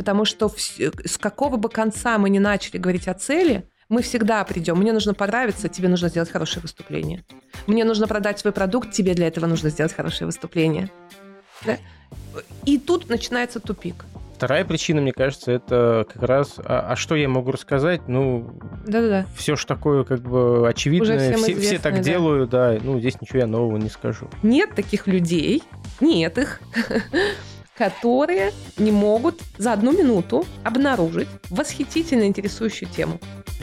Потому что с какого бы конца мы ни начали говорить о цели, мы всегда придем. Мне нужно понравиться, тебе нужно сделать хорошее выступление. Мне нужно продать свой продукт, тебе для этого нужно сделать хорошее выступление. Да? И тут начинается тупик. Вторая причина, мне кажется, это как раз, что я могу рассказать? Да-да-да. Все ж такое как бы очевидное, все так делают, да. Здесь ничего я нового не скажу. Нет таких людей, нет их, которые не могут за 1 минуту обнаружить восхитительно интересующую тему.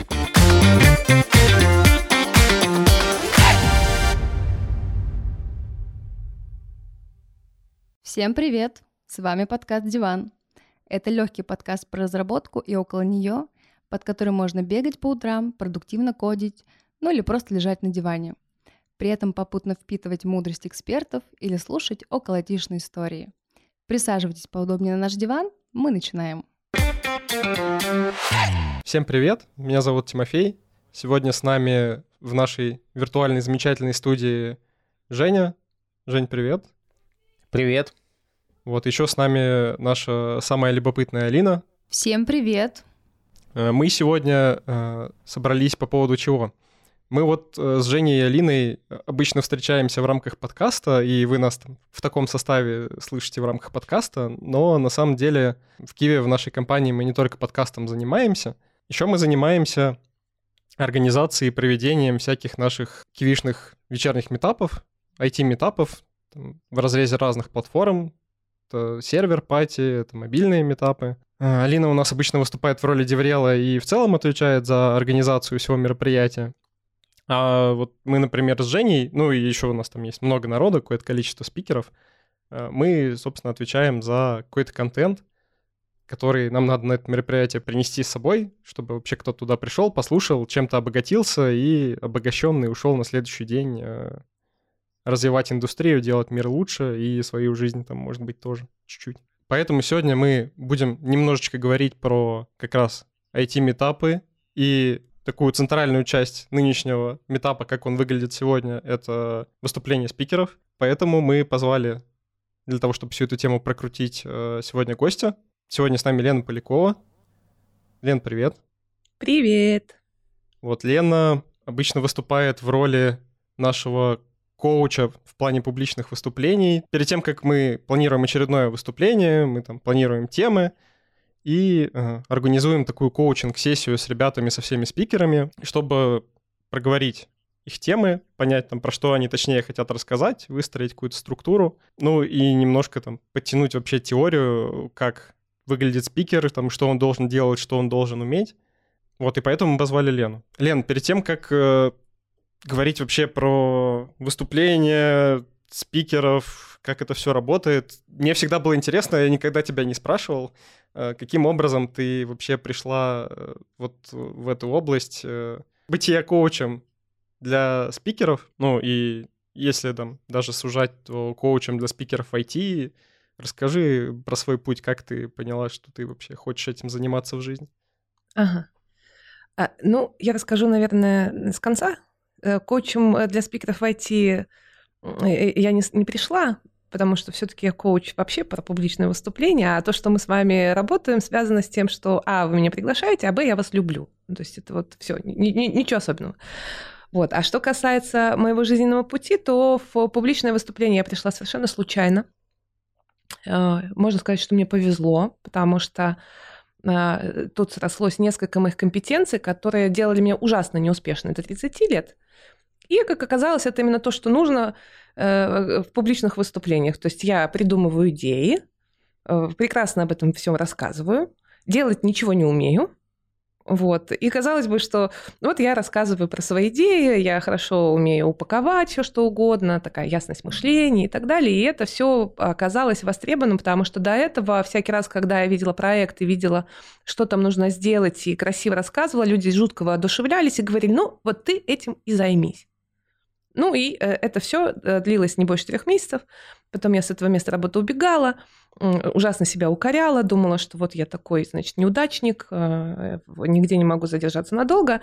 Всем привет! С вами подкаст «Диван». Это легкий подкаст про разработку и около нее, под который можно бегать по утрам, продуктивно кодить, или просто лежать на диване. При этом попутно впитывать мудрость экспертов или слушать околотишные истории. Присаживайтесь поудобнее на наш диван, мы начинаем. Всем привет, меня зовут Тимофей. Сегодня с нами в нашей виртуальной замечательной студии Женя. Жень, привет. Привет. Вот еще с нами наша самая любопытная Алина. Всем привет. Мы сегодня собрались по поводу чего? Мы вот с Женей и Алиной обычно встречаемся в рамках подкаста, и вы нас там в таком составе слышите в рамках подкаста, но на самом деле в Киеве в нашей компании мы не только подкастом занимаемся, еще мы занимаемся организацией и проведением всяких наших кивишных вечерних митапов, IT-митапов в разрезе разных платформ. Это сервер-пати, это мобильные митапы. Алина у нас обычно выступает в роли деврела и в целом отвечает за организацию всего мероприятия. А вот мы, например, с Женей, и еще у нас там есть много народа, какое-то количество спикеров, мы, собственно, отвечаем за какой-то контент, который нам надо на это мероприятие принести с собой, чтобы вообще кто-то туда пришел, послушал, чем-то обогатился и обогащенный ушел на следующий день развивать индустрию, делать мир лучше и свою жизнь там, может быть, тоже чуть-чуть. Поэтому сегодня мы будем немножечко говорить про как раз IT-митапы и такую центральную часть нынешнего митапа, как он выглядит сегодня, это выступление спикеров. Поэтому мы позвали для того, чтобы всю эту тему прокрутить сегодня гостя. Сегодня с нами Лена Полякова. Лен, привет. Привет. Вот Лена обычно выступает в роли нашего коуча в плане публичных выступлений. Перед тем, как мы планируем очередное выступление, мы там планируем темы и организуем такую коучинг-сессию с ребятами, со всеми спикерами, чтобы проговорить их темы, понять там, про что они точнее хотят рассказать, выстроить какую-то структуру, и немножко там подтянуть вообще теорию, как выглядит спикер, там, что он должен делать, что он должен уметь. Вот, и поэтому мы позвали Лену. Лен, перед тем, как говорить вообще про выступления спикеров, как это все работает. Мне всегда было интересно, я никогда тебя не спрашивал, каким образом ты вообще пришла вот в эту область бытия коучем для спикеров, и если там даже сужать, то коучем для спикеров IT. Расскажи про свой путь, как ты поняла, что ты вообще хочешь этим заниматься в жизни. Ага. Я расскажу, наверное, с конца. Коучем для спикеров IT я не пришла, потому что все-таки я коуч вообще про публичное выступление, а то, что мы с вами работаем, связано с тем, что вы меня приглашаете, а я вас люблю. То есть это вот все, ничего особенного. Вот. А что касается моего жизненного пути, то в публичное выступление я пришла совершенно случайно. Можно сказать, что мне повезло, потому что тут срослось несколько моих компетенций, которые делали меня ужасно неуспешной до 30 лет. И, как оказалось, это именно то, что нужно в публичных выступлениях. То есть я придумываю идеи, прекрасно об этом всем рассказываю, делать ничего не умею. Вот. И казалось бы, что вот я рассказываю про свои идеи, я хорошо умею упаковать все что угодно, такая ясность мышления и так далее. И это все оказалось востребованным, потому что до этого всякий раз, когда я видела проект и видела, что там нужно сделать, и красиво рассказывала, люди жутко воодушевлялись и говорили, вот ты этим и займись. И это все длилось не больше 3 месяцев. Потом я с этого места работы убегала, ужасно себя укоряла, думала, что вот я такой, значит, неудачник, нигде не могу задержаться надолго.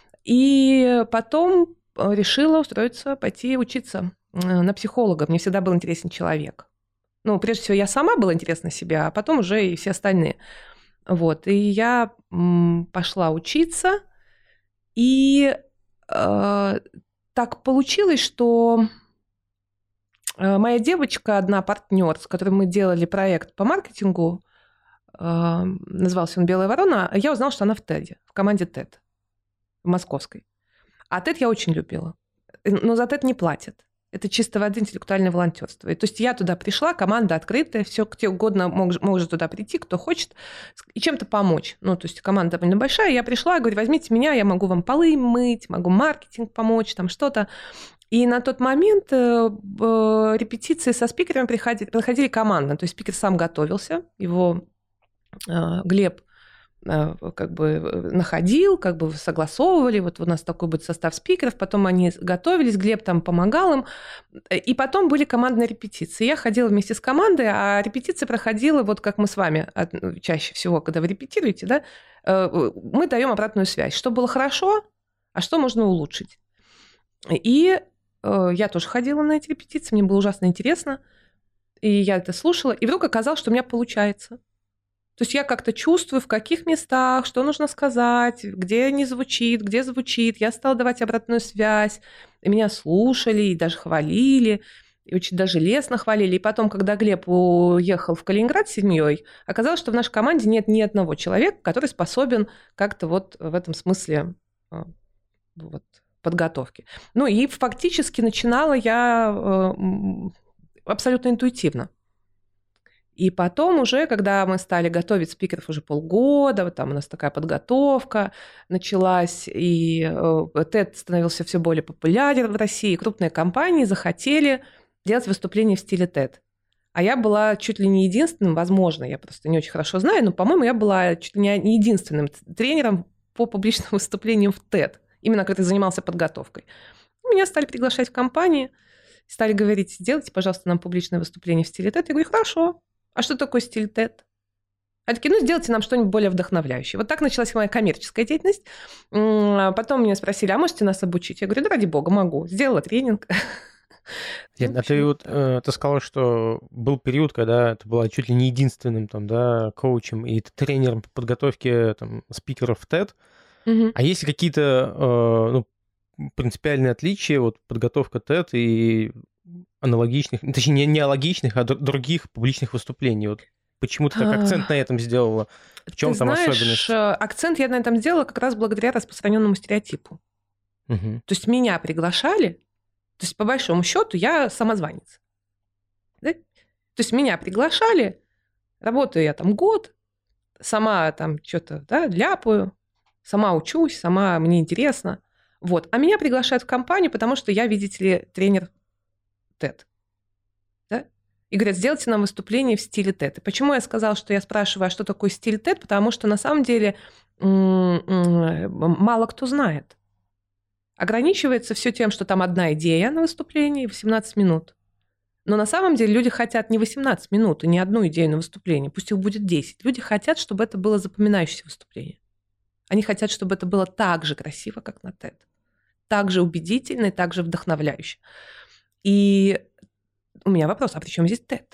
И потом решила пойти учиться на психолога. Мне всегда был интересен человек. Прежде всего, я сама была интересна себе, а потом уже и все остальные. Вот, и я пошла учиться, и так получилось, что моя девочка, одна партнер, с которой мы делали проект по маркетингу, назывался он «Белая ворона», я узнала, что она в ТЭДе, в команде ТЭД, в московской. А ТЭД я очень любила. Но за ТЭД не платят. Это чисто воды интеллектуальное волонтерство. То есть я туда пришла, команда открытая, все, кто угодно может туда прийти, кто хочет, и чем-то помочь. Ну, то есть команда довольно большая. Я пришла, говорю, возьмите меня, я могу вам полы мыть, могу маркетинг помочь, там что-то. И на тот момент репетиции со спикерами проходили командно. То есть спикер сам готовился, его Глеб как бы находил, как бы согласовывали, вот у нас такой будет состав спикеров, потом они готовились, Глеб там помогал им, и потом были командные репетиции. Я ходила вместе с командой, а репетиция проходила, вот как мы с вами чаще всего, когда вы репетируете, да, мы даем обратную связь, что было хорошо, а что можно улучшить. И я тоже ходила на эти репетиции, мне было ужасно интересно, и я это слушала, и вдруг оказалось, что у меня получается. То есть я как-то чувствую, в каких местах, что нужно сказать, где не звучит, где звучит. Я стала давать обратную связь, и меня слушали, и даже хвалили, и очень даже лестно хвалили. И потом, когда Глеб уехал в Калининград с семьей, оказалось, что в нашей команде нет ни одного человека, который способен как-то вот в этом смысле вот, подготовки. Ну и фактически начинала я абсолютно интуитивно. И потом уже, когда мы стали готовить спикеров уже полгода, вот там у нас такая подготовка началась, и TED становился все более популярен в России, и крупные компании захотели делать выступления в стиле TED. А я была чуть ли не единственным, возможно, я просто не очень хорошо знаю, но, по-моему, я была чуть ли не единственным тренером по публичным выступлениям в TED, именно который занимался подготовкой. Меня стали приглашать в компании, стали говорить, сделайте, пожалуйста, нам публичное выступление в стиле TED. Я говорю, хорошо. А что такое стиль TED? Они такие, сделайте нам что-нибудь более вдохновляющее. Вот так началась моя коммерческая деятельность. Потом меня спросили, а можете нас обучить? Я говорю, да ради бога, могу. Сделала тренинг. Ты сказала, что был период, когда ты была чуть ли не единственным там, да, коучем и тренером по подготовке там, спикеров в TED. А есть ли какие-то принципиальные отличия, вот подготовка TED и аналогичных, точнее, не аналогичных, а других публичных выступлений? Вот почему ты так акцент на этом сделала? В чем там особенность? Акцент я на этом сделала как раз благодаря распространенному стереотипу. То есть меня приглашали, то есть по большому счету я самозванец. Да? То есть меня приглашали, работаю я там год, сама там что-то ляпаю, сама учусь, сама мне интересно. Вот. А меня приглашают в компанию, потому что я, видите ли, тренер TED. Да? И говорят, сделайте нам выступление в стиле TED. И почему я сказала, что я спрашиваю, а что такое стиль TED? Потому что на самом деле мало кто знает. Ограничивается все тем, что там одна идея на выступлении, 18 минут. Но на самом деле люди хотят не 18 минут и не одну идею на выступление, пусть их будет 10. Люди хотят, чтобы это было запоминающееся выступление. Они хотят, чтобы это было так же красиво, как на TED. Так же убедительно и так же вдохновляюще. И у меня вопрос, а при чем здесь TED?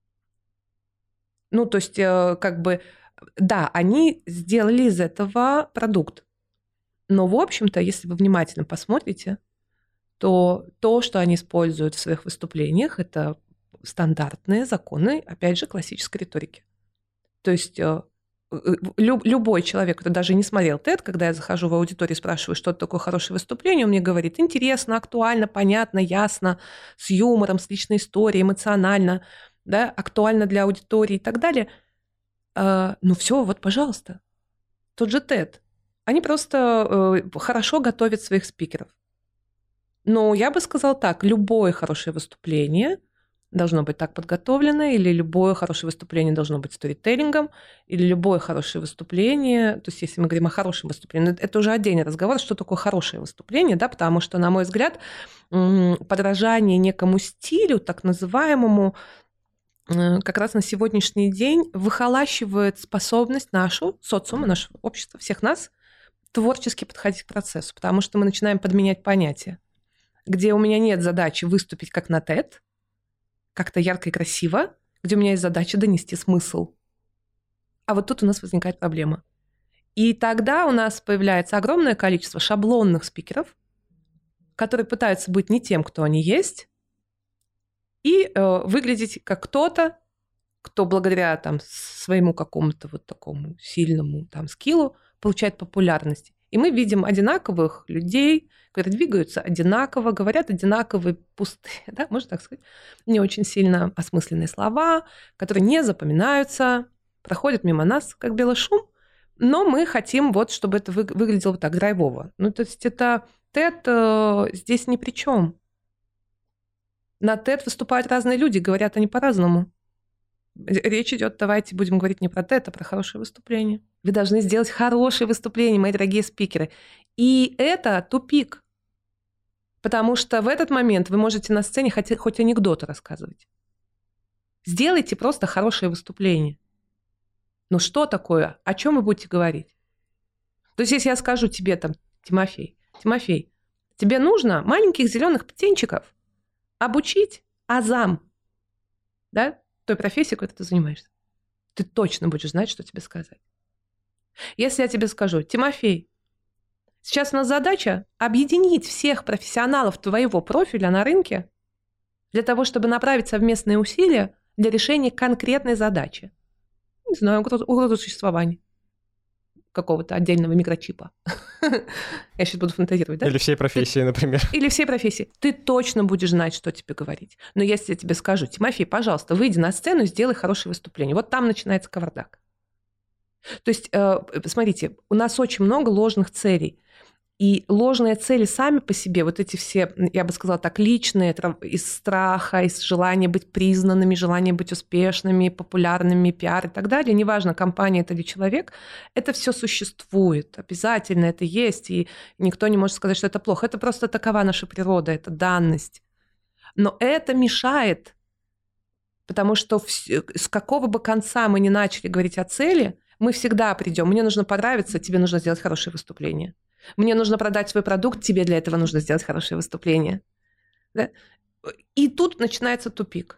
То есть, да, они сделали из этого продукт. Но, в общем-то, если вы внимательно посмотрите, то, что они используют в своих выступлениях, это стандартные законы, опять же, классической риторики. То есть любой человек, кто даже не смотрел TED, когда я захожу в аудиторию и спрашиваю, что такое хорошее выступление, он мне говорит, интересно, актуально, понятно, ясно, с юмором, с личной историей, эмоционально, да, актуально для аудитории и так далее. Все, вот, пожалуйста. Тот же TED. Они просто хорошо готовят своих спикеров. Но я бы сказала так, любое хорошее выступление должно быть так подготовлено, или любое хорошее выступление должно быть сторителлингом, или любое хорошее выступление, то есть если мы говорим о хорошем выступлении, это уже отдельный разговор, что такое хорошее выступление, да, потому что, на мой взгляд, подражание некому стилю, так называемому, как раз на сегодняшний день выхолащивает способность нашу, социума, нашего общества, всех нас, творчески подходить к процессу, потому что мы начинаем подменять понятия, где у меня нет задачи выступить как на TED, как-то ярко и красиво, где у меня есть задача донести смысл. а вот тут у нас возникает проблема. И тогда у нас появляется огромное количество шаблонных спикеров, которые пытаются быть не тем, кто они есть, и выглядеть как кто-то, кто благодаря там своему какому-то вот такому сильному там скиллу получает популярность. И мы видим одинаковых людей, которые двигаются одинаково, говорят одинаковые пустые, да, можно так сказать, не очень сильно осмысленные слова, которые не запоминаются, проходят мимо нас, как белый шум, но мы хотим вот, чтобы это выглядело вот так драйвово. Ну, то есть это TED здесь ни при чем. На TED выступают разные люди, говорят они по-разному. Речь идет, давайте будем говорить не про TED, а про хорошее выступление. Вы должны сделать хорошее выступление, мои дорогие спикеры. И это тупик. Потому что в этот момент вы можете на сцене хоть анекдоты рассказывать. Сделайте просто хорошее выступление. Ну что такое? О чем вы будете говорить? То есть если я скажу тебе там, Тимофей, тебе нужно маленьких зеленых птенчиков обучить азам, да, той профессии, которой ты занимаешься. Ты точно будешь знать, что тебе сказать. Если я тебе скажу, Тимофей, сейчас у нас задача объединить всех профессионалов твоего профиля на рынке для того, чтобы направить совместные усилия для решения конкретной задачи. Не знаю, угрозу существования какого-то отдельного микрочипа. Я сейчас буду фантазировать, да? Или всей профессии, например. Или всей профессии. Ты точно будешь знать, что тебе говорить. Но если я тебе скажу, Тимофей, пожалуйста, выйди на сцену и сделай хорошее выступление. Вот там начинается кавардак. То есть, смотрите, у нас очень много ложных целей. И ложные цели сами по себе, вот эти все, я бы сказала так, личные, из страха, из желания быть признанными, желания быть успешными, популярными, пиар и так далее, неважно, компания это или человек, это все существует, обязательно это есть, и никто не может сказать, что это плохо. Это просто такова наша природа, это данность. Но это мешает, потому что с какого бы конца мы ни начали говорить о цели, мы всегда придем. Мне нужно понравиться, тебе нужно сделать хорошее выступление. Мне нужно продать свой продукт, тебе для этого нужно сделать хорошее выступление. Да? И тут начинается тупик.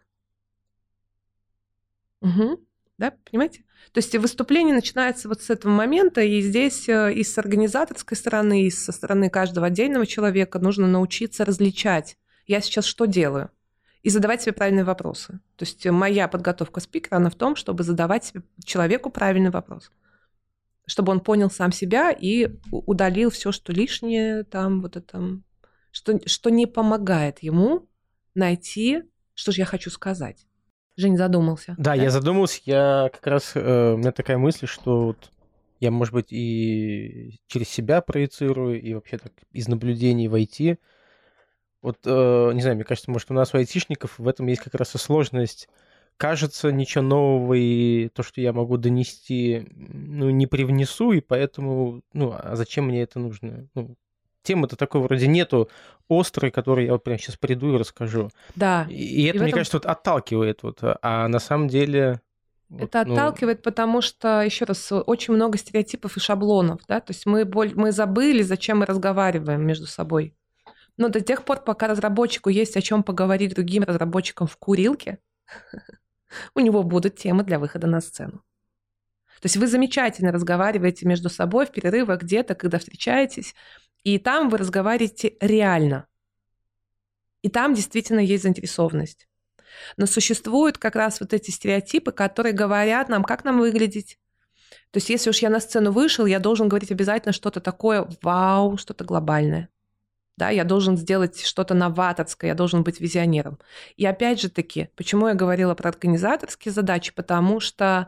Угу. Да, понимаете? То есть выступление начинается вот с этого момента, и здесь и с организаторской стороны, и со стороны каждого отдельного человека нужно научиться различать. Я сейчас что делаю? И задавать себе правильные вопросы. То есть моя подготовка спикера, она в том, чтобы задавать себе, человеку правильный вопрос. Чтобы он понял сам себя и удалил все, что лишнее, там, вот это, что не помогает ему найти, что же я хочу сказать. Жень задумался. Да, я задумался. Я как раз... у меня такая мысль, что вот я, может быть, и через себя проецирую, и вообще так из наблюдений в IT. Вот, не знаю, мне кажется, может, у нас у айтишников в этом есть как раз и сложность. Кажется, ничего нового, и то, что я могу донести, ну, не привнесу, и поэтому, ну, а зачем мне это нужно? Ну, темы-то такой вроде нету острой, которую я вот прямо сейчас приду и расскажу. Да. И это, мне кажется, вот отталкивает, вот, а на самом деле... Это отталкивает, потому что, еще раз, очень много стереотипов и шаблонов, да, то есть мы забыли, зачем мы разговариваем между собой. Но до тех пор, пока разработчику есть о чем поговорить другим разработчикам в курилке, у него будут темы для выхода на сцену. То есть вы замечательно разговариваете между собой в перерывах где-то, когда встречаетесь, и там вы разговариваете реально. И там действительно есть заинтересованность. Но существуют как раз вот эти стереотипы, которые говорят нам, как нам выглядеть. То есть если уж я на сцену вышел, я должен говорить обязательно что-то такое, вау, что-то глобальное. Да, я должен сделать что-то новаторское, я должен быть визионером. И опять же таки, почему я говорила про организаторские задачи? Потому что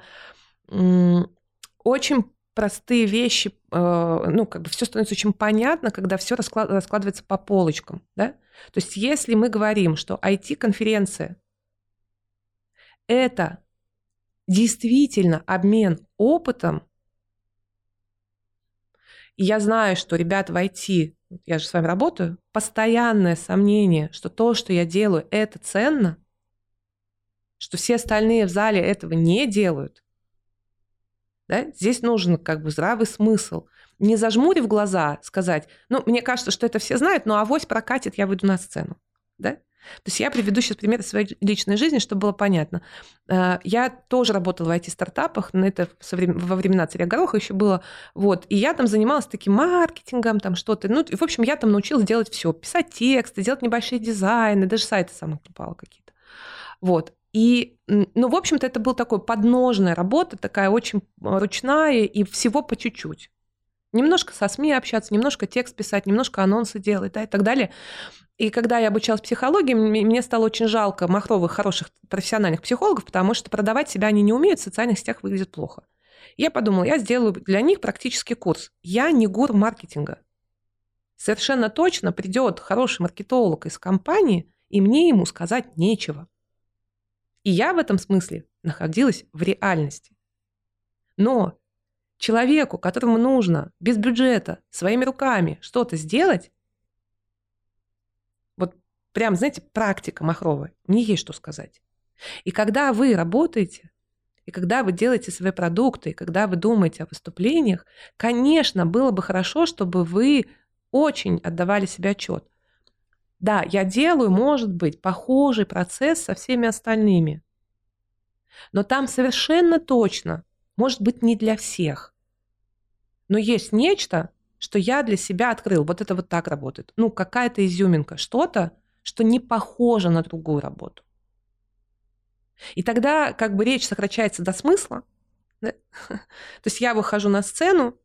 очень простые вещи, ну, как бы все становится очень понятно, когда все раскладывается по полочкам. Да? То есть если мы говорим, что IT-конференция – это действительно обмен опытом, и я знаю, что ребята в IT, я же с вами работаю, постоянное сомнение, что то, что я делаю, это ценно, что все остальные в зале этого не делают. Да? Здесь нужен как бы здравый смысл. Не зажмурив глаза, сказать, ну, мне кажется, что это все знают, но авось прокатит, я выйду на сцену. Да? То есть я приведу сейчас примеры своей личной жизни, чтобы было понятно. Я тоже работала в IT-стартапах, но это во времена царя Гороха еще было. Вот. И я там занималась таким маркетингом, там что-то. Ну, и, в общем, я там научилась делать все. Писать тексты, делать небольшие дизайны, даже сайты сама клепала какие-то. Вот. И, ну, в общем-то, это была такая подножная работа, такая очень ручная, и всего по чуть-чуть. Немножко со СМИ общаться, немножко текст писать, немножко анонсы делать, да, и так далее. И когда я обучалась психологии, мне стало очень жалко махровых, хороших профессиональных психологов, потому что продавать себя они не умеют, в социальных сетях выглядит плохо. Я подумала, я сделаю для них практический курс. Я не гуру маркетинга. Совершенно точно придет хороший маркетолог из компании, и мне ему сказать нечего. И я в этом смысле находилась в реальности. Но человеку, которому нужно без бюджета, своими руками что-то сделать, вот прям, знаете, практика махровая, мне есть что сказать. И когда вы работаете, и когда вы делаете свои продукты, и когда вы думаете о выступлениях, конечно, было бы хорошо, чтобы вы очень отдавали себе отчет. Да, я делаю, может быть, похожий процесс со всеми остальными. Но там совершенно точно, может быть, не для всех. Но есть нечто, что я для себя открыл. Вот это вот так работает. Ну, какая-то изюминка, что-то, что не похоже на другую работу. И тогда как бы речь сокращается до смысла. Да? То есть я выхожу на сцену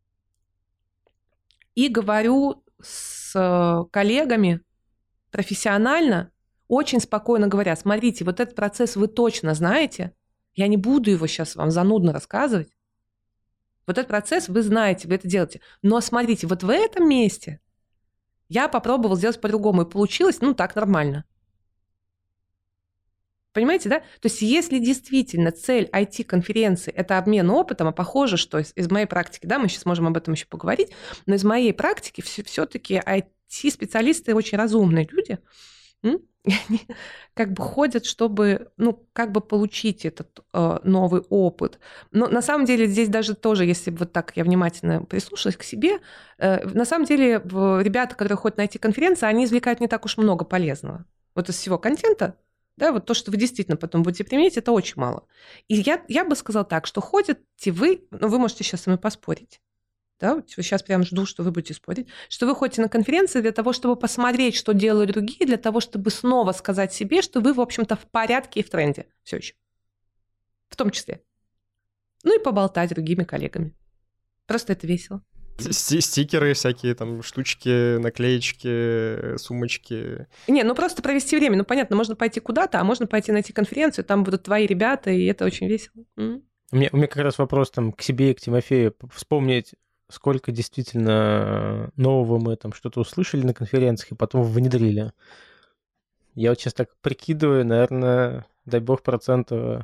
и говорю с коллегами профессионально, очень спокойно говоря, смотрите, вот этот процесс вы точно знаете, я не буду его сейчас вам занудно рассказывать. Вот этот процесс вы знаете, вы это делаете. Но смотрите, вот в этом месте я попробовал сделать по-другому, и получилось, ну, так, нормально. Понимаете, да? То есть если действительно цель IT-конференции – это обмен опытом, а похоже, что из моей практики, да, мы сейчас можем об этом еще поговорить, но из моей практики все-таки IT-специалисты очень разумные люди, и они как бы ходят, чтобы, ну, как бы получить этот новый опыт. Но на самом деле здесь даже тоже, если вот так я внимательно прислушалась к себе, на самом деле ребята, которые ходят на IT-конференции, они извлекают не так уж много полезного. Вот из всего контента, да, вот то, что вы действительно потом будете применять, это очень мало. И я бы сказала так, что ходите вы, ну, вы можете сейчас со мной поспорить, да, сейчас прям жду, что вы будете спорить, что вы ходите на конференции для того, чтобы посмотреть, что делают другие, для того, чтобы снова сказать себе, что вы, в общем-то, в порядке и в тренде все еще. В том числе. Ну и поболтать с другими коллегами. Просто это весело. Стикеры всякие, там, штучки, наклеечки, сумочки. Не, ну просто провести время. Ну, понятно, можно пойти куда-то, а можно пойти найти конференцию, там будут твои ребята, и это очень весело. У меня как раз вопрос там к себе и к Тимофею. Вспомнить, сколько действительно нового мы там что-то услышали на конференциях и потом внедрили. Я вот сейчас так прикидываю, наверное, дай бог, 3%.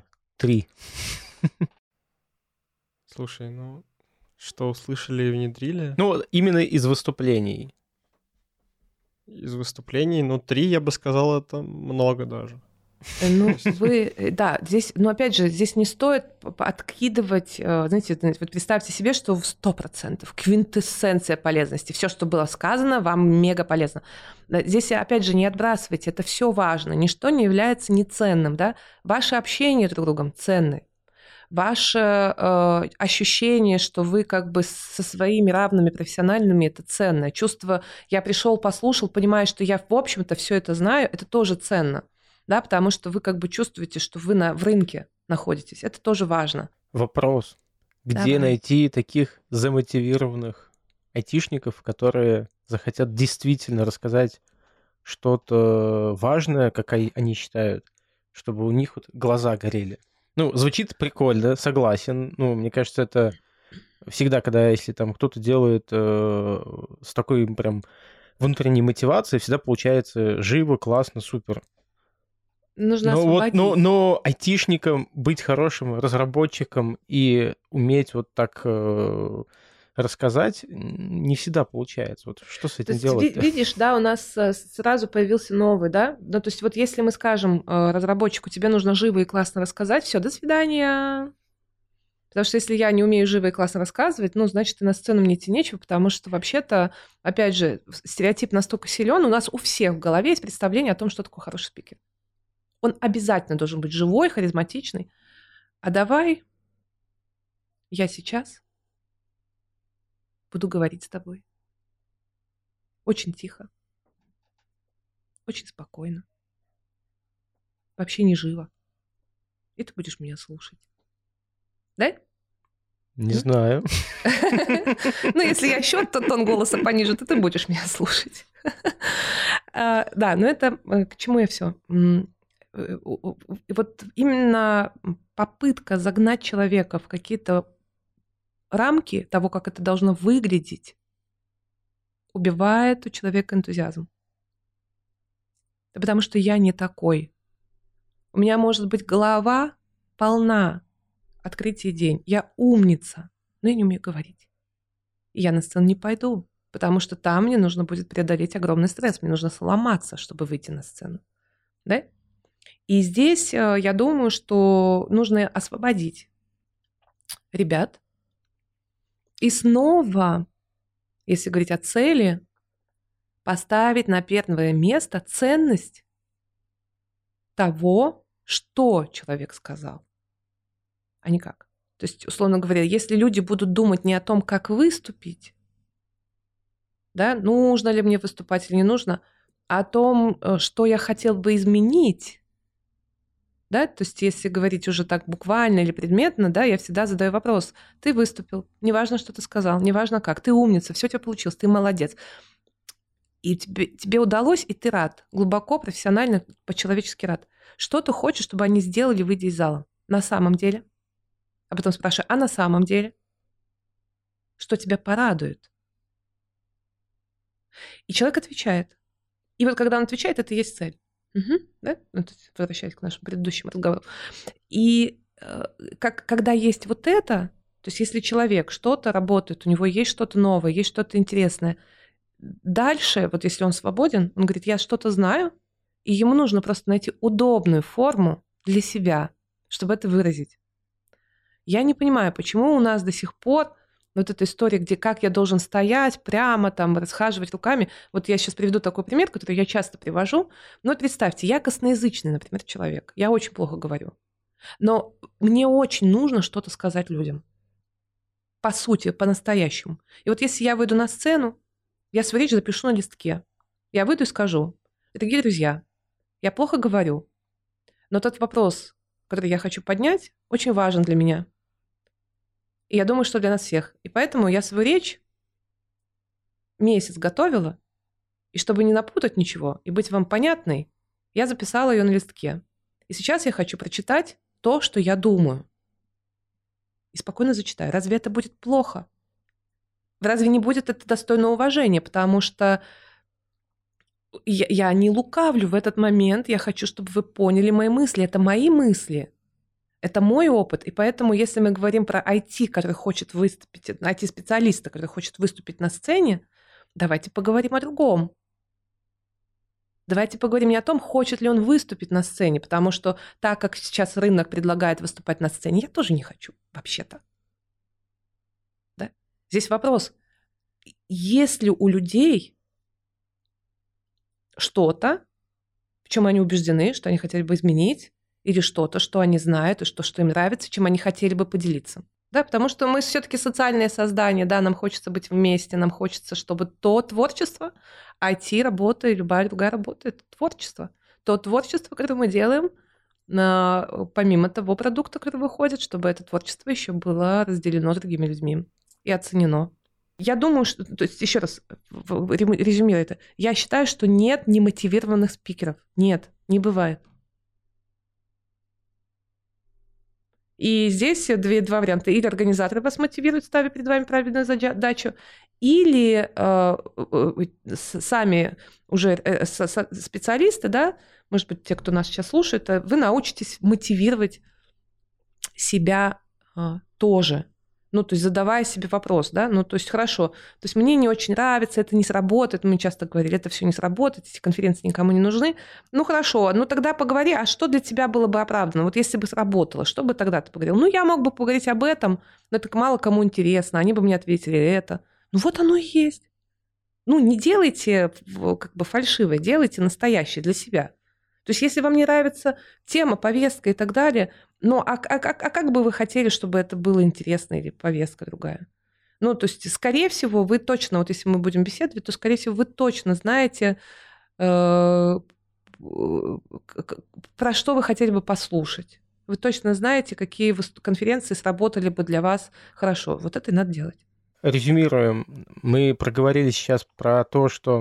Слушай, ну, что услышали и внедрили? Ну, именно из выступлений. Из выступлений, ну, 3, я бы сказал, это много даже. Ну, вы, да, здесь, но опять же, здесь не стоит откидывать, знаете, вот представьте себе, что в 100% квинтэссенция полезности, все, что было сказано, вам мега полезно. Здесь, опять же, не отбрасывайте, это все важно, ничто не является неценным, да, ваше общение друг с другом ценны. Ваше ощущение, что вы как бы со своими равными профессиональными, это ценно. Чувство, я пришел, послушал, понимаю, что я, в общем-то, все это знаю, это тоже ценно. Да, потому что вы как бы чувствуете, что вы в рынке находитесь. Это тоже важно. Вопрос. Где найти таких замотивированных айтишников, которые захотят действительно рассказать что-то важное, как они считают, чтобы у них вот глаза горели? Ну, звучит прикольно, согласен. Ну, мне кажется, это всегда, когда если там кто-то делает с такой прям внутренней мотивацией, всегда получается живо, классно, супер. Нужно освободить. Но айтишником быть хорошим разработчиком и уметь вот так рассказать не всегда получается. Вот что с этим делать? Видишь, да, у нас сразу появился новый, да? Ну, то есть вот если мы скажем разработчику, тебе нужно живо и классно рассказать, все, до свидания. Потому что если я не умею живо и классно рассказывать, значит, и на сцену мне идти нечего, потому что вообще-то, опять же, стереотип настолько силен, у нас у всех в голове есть представление о том, что такое хороший спикер. Он обязательно должен быть живой, харизматичный. А давай я сейчас буду говорить с тобой. Очень тихо. Очень спокойно. Вообще не живо. И ты будешь меня слушать. Да? Не знаю. Если я еще тон голоса понижу, то ты будешь меня слушать. Да, но это к чему я все? Вот именно попытка загнать человека в какие-то рамки того, как это должно выглядеть, убивает у человека энтузиазм. Потому что я не такой. У меня может быть голова полна открытий день. Я умница, но я не умею говорить. И я на сцену не пойду, потому что там мне нужно будет преодолеть огромный стресс. Мне нужно сломаться, чтобы выйти на сцену. Да? И здесь я думаю, что нужно освободить ребят. И снова, если говорить о цели, поставить на первое место ценность того, что человек сказал, а не как. То есть, условно говоря, если люди будут думать не о том, как выступить, да, нужно ли мне выступать или не нужно, а о том, что я хотел бы изменить, да, то есть если говорить уже так буквально или предметно, да, я всегда задаю вопрос. Ты выступил, неважно, что ты сказал, неважно как, ты умница, все у тебя получилось, ты молодец. И тебе удалось, и ты рад, глубоко, профессионально, по-человечески рад. Что ты хочешь, чтобы они сделали, выйдя из зала? На самом деле? А потом спрашиваю, а на самом деле? Что тебя порадует? И человек отвечает. И вот когда он отвечает, это и есть цель. Да? Возвращаясь к нашему предыдущему разговору. И когда есть вот это, то есть если человек что-то работает, у него есть что-то новое, есть что-то интересное, дальше, вот если он свободен, он говорит, я что-то знаю, и ему нужно просто найти удобную форму для себя, чтобы это выразить. Я не понимаю, почему у нас до сих пор вот эта история, где как я должен стоять прямо, там, расхаживать руками. Вот я сейчас приведу такой пример, который я часто привожу. Но вот представьте, я косноязычный, например, человек. Я очень плохо говорю. Но мне очень нужно что-то сказать людям. По сути, по-настоящему. И вот если я выйду на сцену, я свою речь запишу на листке. Я выйду и скажу, дорогие друзья, я плохо говорю, но тот вопрос, который я хочу поднять, очень важен для меня. И я думаю, что для нас всех. И поэтому я свою речь месяц готовила, и чтобы не напутать ничего и быть вам понятной, я записала ее на листке. И сейчас я хочу прочитать то, что я думаю. И спокойно зачитаю. Разве это будет плохо? Разве не будет это достойно уважения? Потому что я не лукавлю в этот момент. Я хочу, чтобы вы поняли мои мысли. Это мои мысли. Это мой опыт. И поэтому, если мы говорим про IT, который хочет выступить, IT-специалиста, который хочет выступить на сцене, давайте поговорим о другом. Давайте поговорим не о том, хочет ли он выступить на сцене, потому что так, как сейчас рынок предлагает выступать на сцене, я тоже не хочу, вообще-то. Да? Здесь вопрос, есть ли у людей что-то, в чем они убеждены, что они хотели бы изменить, или что-то, что они знают, и что им нравится, чем они хотели бы поделиться. Да, потому что мы все-таки социальные создания, да, нам хочется быть вместе, нам хочется, чтобы то творчество, IT-работа и любая другая работа – это творчество. То творчество, которое мы делаем, помимо того продукта, который выходит, чтобы это творчество еще было разделено с другими людьми и оценено. Я думаю, что, то есть еще раз резюмирую это, я считаю, что нет немотивированных спикеров. Нет, не бывает. И здесь два варианта. Или организаторы вас мотивируют, ставя перед вами правильную задачу, или сами уже специалисты, да, может быть, те, кто нас сейчас слушает, вы научитесь мотивировать себя тоже. Ну, то есть задавая себе вопрос, да, ну, то есть хорошо, то есть мне не очень нравится, это не сработает, мы часто говорили, это все не сработает, эти конференции никому не нужны. Ну, хорошо, ну, тогда поговори, а что для тебя было бы оправдано? Вот если бы сработало, что бы тогда ты поговорил? Ну, я мог бы поговорить об этом, но это мало кому интересно, они бы мне ответили это. Ну, вот оно и есть. Ну, не делайте как бы фальшивое, делайте настоящее для себя. То есть если вам не нравится тема, повестка и так далее, ну, а как бы вы хотели, чтобы это было интересно или повестка другая? Ну, то есть, скорее всего, вы точно, вот если мы будем беседовать, то, скорее всего, вы точно знаете, про что вы хотели бы послушать. Вы точно знаете, какие конференции сработали бы для вас хорошо. Вот это и надо делать. Резюмируем. Мы проговорили сейчас про то, что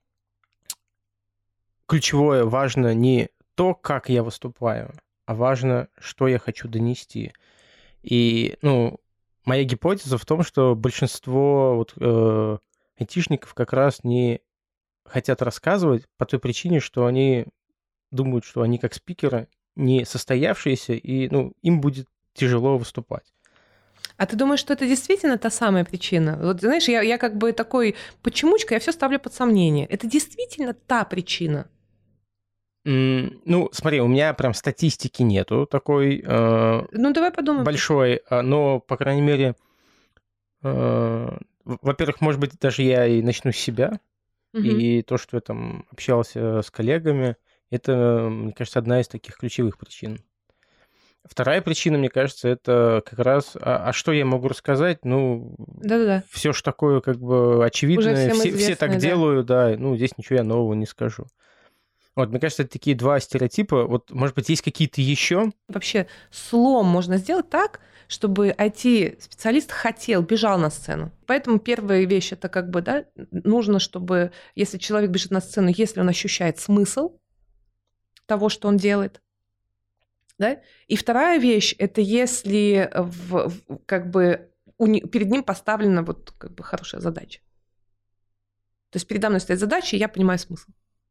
ключевое важно не то, как я выступаю, а важно, что я хочу донести. И, ну, моя гипотеза в том, что большинство вот, айтишников как раз не хотят рассказывать по той причине, что они думают, что они как спикеры не состоявшиеся, и, ну, им будет тяжело выступать. А ты думаешь, что это действительно та самая причина? Вот, знаешь, я как бы такой почемучка, я все ставлю под сомнение. Это действительно та причина? Ну, смотри, у меня прям статистики нету такой ну, давай подумаем. Большой, но, по крайней мере, во-первых, может быть, даже я и начну с себя, и то, что я там общался с коллегами, это, мне кажется, одна из таких ключевых причин. Вторая причина, мне кажется, это как раз, а что я могу рассказать? Ну, да-да-да. Все ж такое как бы очевидное, все так да. делают, да, ну, здесь ничего я нового не скажу. Вот, мне кажется, это такие два стереотипа. Вот, может быть, есть какие-то еще? Вообще слом можно сделать так, чтобы IT-специалист бежал на сцену. Поэтому первая вещь это как бы, да, нужно, чтобы, если человек бежит на сцену, если он ощущает смысл того, что он делает, да? И вторая вещь это если как бы перед ним поставлена вот как бы хорошая задача. То есть передо мной стоит задача, и я понимаю смысл.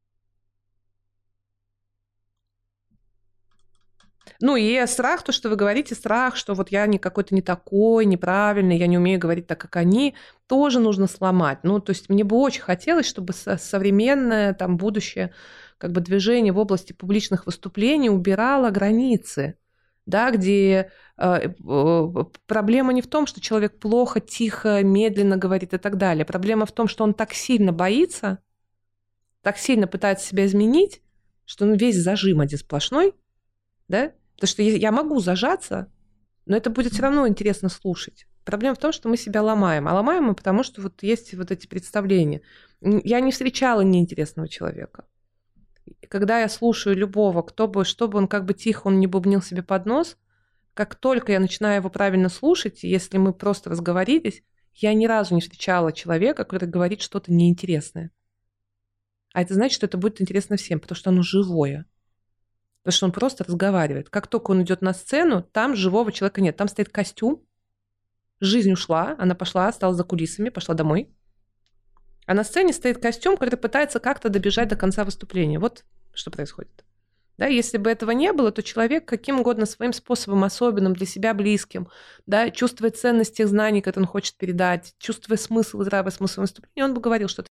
Ну и страх, то, что вы говорите, страх, что вот я какой-то не такой, неправильный, я не умею говорить так, как они, тоже нужно сломать. Ну, то есть мне бы очень хотелось, чтобы современное там будущее как бы движение в области публичных выступлений убирало границы, да, где проблема не в том, что человек плохо, тихо, медленно говорит и так далее. Проблема в том, что он так сильно боится, так сильно пытается себя изменить, что он весь зажим один сплошной, да? Потому что я могу зажаться, но это будет все равно интересно слушать. Проблема в том, что мы себя ломаем. А ломаем мы потому, что вот есть вот эти представления. Я не встречала неинтересного человека. Когда я слушаю любого, чтобы он как бы тихо, он не бубнил себе под нос, как только я начинаю его правильно слушать, если мы просто разговорились, я ни разу не встречала человека, который говорит что-то неинтересное. А это значит, что это будет интересно всем, потому что оно живое. Потому что он просто разговаривает. Как только он идет на сцену, там живого человека нет. Там стоит костюм. Жизнь ушла, она пошла, стала за кулисами, пошла домой. А на сцене стоит костюм, который пытается как-то добежать до конца выступления. Вот что происходит. Да, если бы этого не было, то человек каким угодно своим способом, особенным, для себя близким, да, чувствуя ценность тех знаний, которые он хочет передать, чувствуя смысл и здравый смысл выступления, он бы говорил что-то.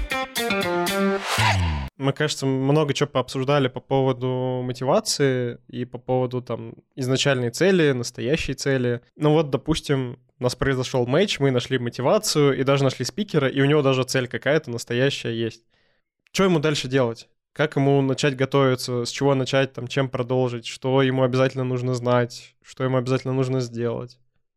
Мы, кажется, много чего пообсуждали по поводу мотивации и по поводу там изначальной цели, настоящей цели. Ну вот, допустим, у нас произошел матч, мы нашли мотивацию и даже нашли спикера, и у него даже цель какая-то настоящая есть. Что ему дальше делать? Как ему начать готовиться? С чего начать? Там, чем продолжить? Что ему обязательно нужно знать? Что ему обязательно нужно сделать?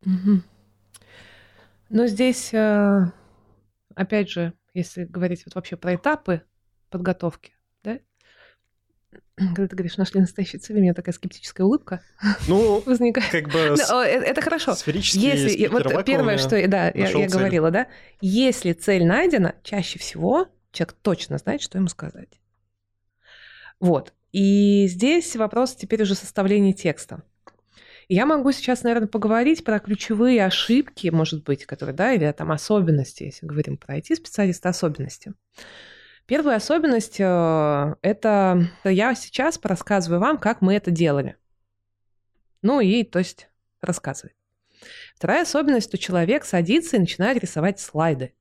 Ну, здесь, опять же, если говорить вот вообще про этапы подготовки, да? Когда ты говоришь, нашли настоящие цели, у меня такая скептическая улыбка возникает. Как бы это хорошо. Если вот первое, что я говорила, да, если цель найдена, чаще всего человек точно знает, что ему сказать. Вот. И здесь вопрос теперь уже составления текста. Я могу сейчас, наверное, поговорить про ключевые ошибки, может быть, которые, да, или там особенности, если говорим про IT-специалиста, особенности. Первая особенность – это я сейчас порассказываю вам, как мы это делали. Ну и, то есть, рассказываю. Вторая особенность, что человек садится и начинает рисовать слайды.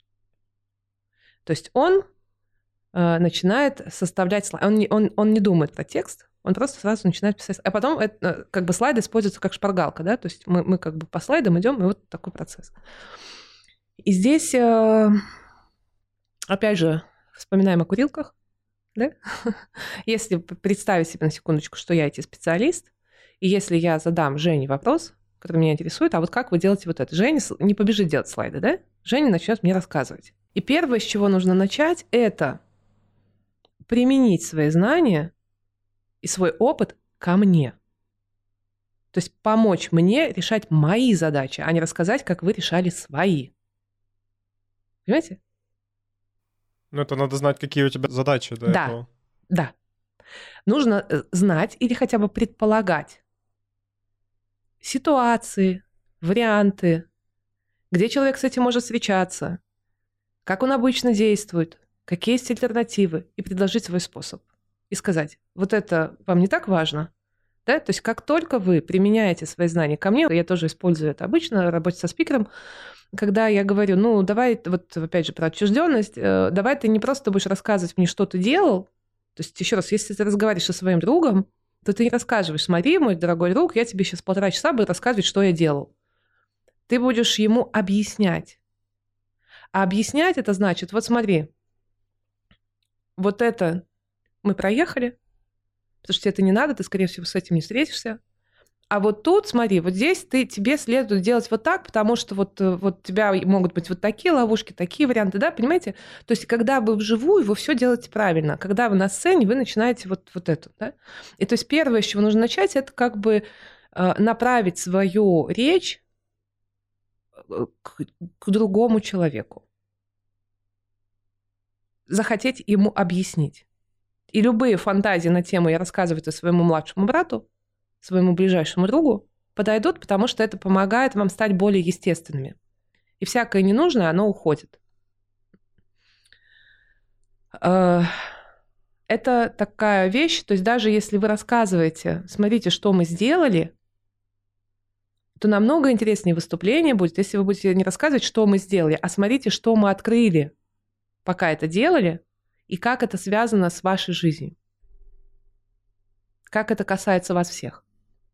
То есть он начинает составлять слайды. Он не думает про текст, он просто сразу начинает писать. А потом как бы слайды используются как шпаргалка, да, то есть мы как бы по слайдам идем, и вот такой процесс. И здесь, опять же, вспоминаем о курилках, да? Если представить себе на секундочку, что я IT-специалист, и если я задам Жене вопрос, который меня интересует, а вот как вы делаете вот это? Женя не побежит делать слайды, да? Женя начнет мне рассказывать. И первое, с чего нужно начать, это применить свои знания и свой опыт ко мне. То есть помочь мне решать мои задачи, а не рассказать, как вы решали свои. Понимаете? Ну, это надо знать, какие у тебя задачи до этого. Да. Нужно знать или хотя бы предполагать ситуации, варианты, где человек с этим может встречаться, как он обычно действует, какие есть альтернативы, и предложить свой способ. И сказать, вот это вам не так важно? Да? То есть как только вы применяете свои знания ко мне, я тоже использую это обычно в работе со спикером, когда я говорю, ну, давай, вот опять же про отчужденность, давай ты не просто будешь рассказывать мне, что ты делал. То есть, еще раз, если ты разговариваешь со своим другом, то ты не рассказываешь, смотри, мой дорогой друг, я тебе сейчас 1,5 часа буду рассказывать, что я делал. Ты будешь ему объяснять. А объяснять это значит, вот смотри, вот это мы проехали, потому что тебе это не надо, ты, скорее всего, с этим не встретишься. А вот тут, смотри, вот здесь тебе следует делать вот так, потому что вот у тебя могут быть вот такие ловушки, такие варианты, да, понимаете? То есть когда вы вживую, вы все делаете правильно. Когда вы на сцене, вы начинаете вот это, да? И то есть первое, с чего нужно начать, это как бы направить свою речь к другому человеку. Захотеть ему объяснить. И любые фантазии на тему «я рассказываю это своему младшему брату», своему ближайшему другу, подойдут, потому что это помогает вам стать более естественными. И всякое ненужное, оно уходит. Это такая вещь, то есть даже если вы рассказываете, смотрите, что мы сделали, то намного интереснее выступление будет, если вы будете не рассказывать, что мы сделали, а смотрите, что мы открыли, пока это делали, и как это связано с вашей жизнью. Как это касается вас всех.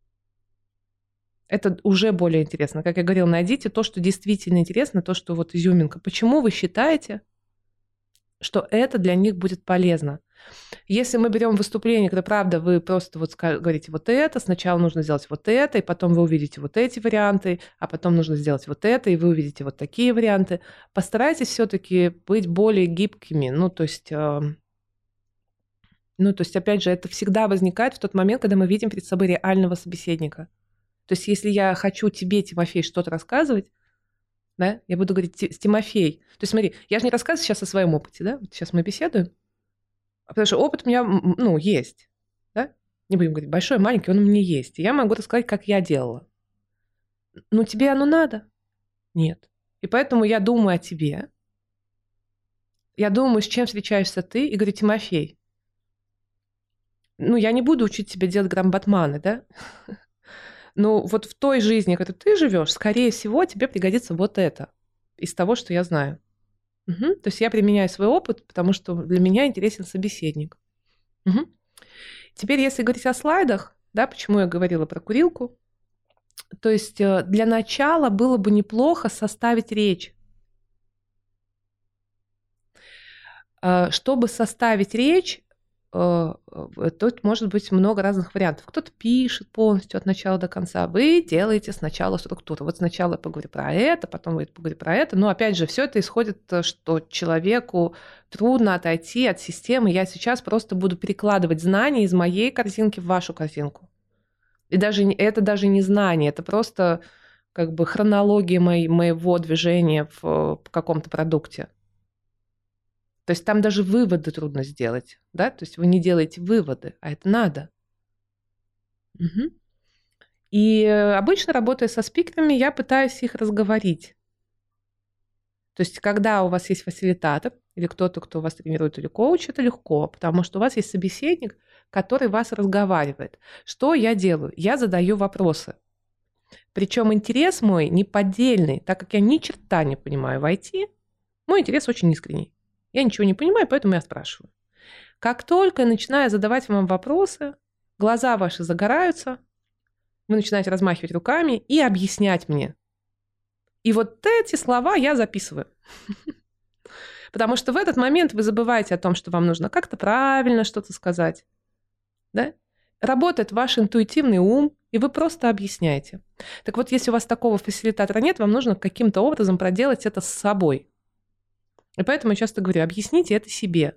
Это уже более интересно. Как я говорила, найдите то, что действительно интересно, то, что вот изюминка. Почему вы считаете, что это для них будет полезно? Если мы берем выступление, где, правда, вы просто вот говорите вот это, сначала нужно сделать вот это, и потом вы увидите вот эти варианты, а потом нужно сделать вот это, и вы увидите вот такие варианты. Постарайтесь все-таки быть более гибкими. Ну, то есть, опять же, это всегда возникает в тот момент, когда мы видим перед собой реального собеседника. То есть, если я хочу тебе, Тимофей, что-то рассказывать, да, я буду говорить, Тимофей. То есть, смотри, я же не рассказываю сейчас о своем опыте, да, вот сейчас мы беседуем, потому что опыт у меня, есть, да, не будем говорить большой, маленький, он у меня есть, и я могу рассказать, как я делала. Ну, тебе оно надо? Нет. И поэтому я думаю о тебе, я думаю, с чем встречаешься ты, и говорю, Тимофей, я не буду учить тебя делать грамбатманы, да, но вот в той жизни, в которой ты живешь, скорее всего, тебе пригодится вот это из того, что я знаю. Угу. То есть я применяю свой опыт, потому что для меня интересен собеседник. Угу. Теперь, если говорить о слайдах, да, почему я говорила про курилку, то есть для начала было бы неплохо составить речь. Чтобы составить речь, тут может быть много разных вариантов. Кто-то пишет полностью от начала до конца. Вы делаете сначала структуру. Вот сначала я поговорю про это, потом я поговорю про это. Но опять же, все это исходит, что человеку трудно отойти от системы. Я сейчас просто буду перекладывать знания из моей картинки в вашу картинку. И это даже не знание, это просто как бы хронология моего движения в каком-то продукте. То есть там даже выводы трудно сделать, да? То есть вы не делаете выводы, а это надо. Угу. И обычно, работая со спикерами, я пытаюсь их разговорить. То есть когда у вас есть фасилитатор или кто-то, кто вас тренирует, или коуч, это легко, потому что у вас есть собеседник, который вас разговаривает. Что я делаю? Я задаю вопросы. Причем интерес мой неподдельный, так как я ни черта не понимаю в IT, мой интерес очень искренний. Я ничего не понимаю, поэтому я спрашиваю. Как только я начинаю задавать вам вопросы, глаза ваши загораются, вы начинаете размахивать руками и объяснять мне. И вот эти слова я записываю. Потому что в этот момент вы забываете о том, что вам нужно как-то правильно что-то сказать. Да? Работает ваш интуитивный ум, и вы просто объясняете. Так вот, если у вас такого фасилитатора нет, вам нужно каким-то образом проделать это с собой. И поэтому я часто говорю, объясните это себе.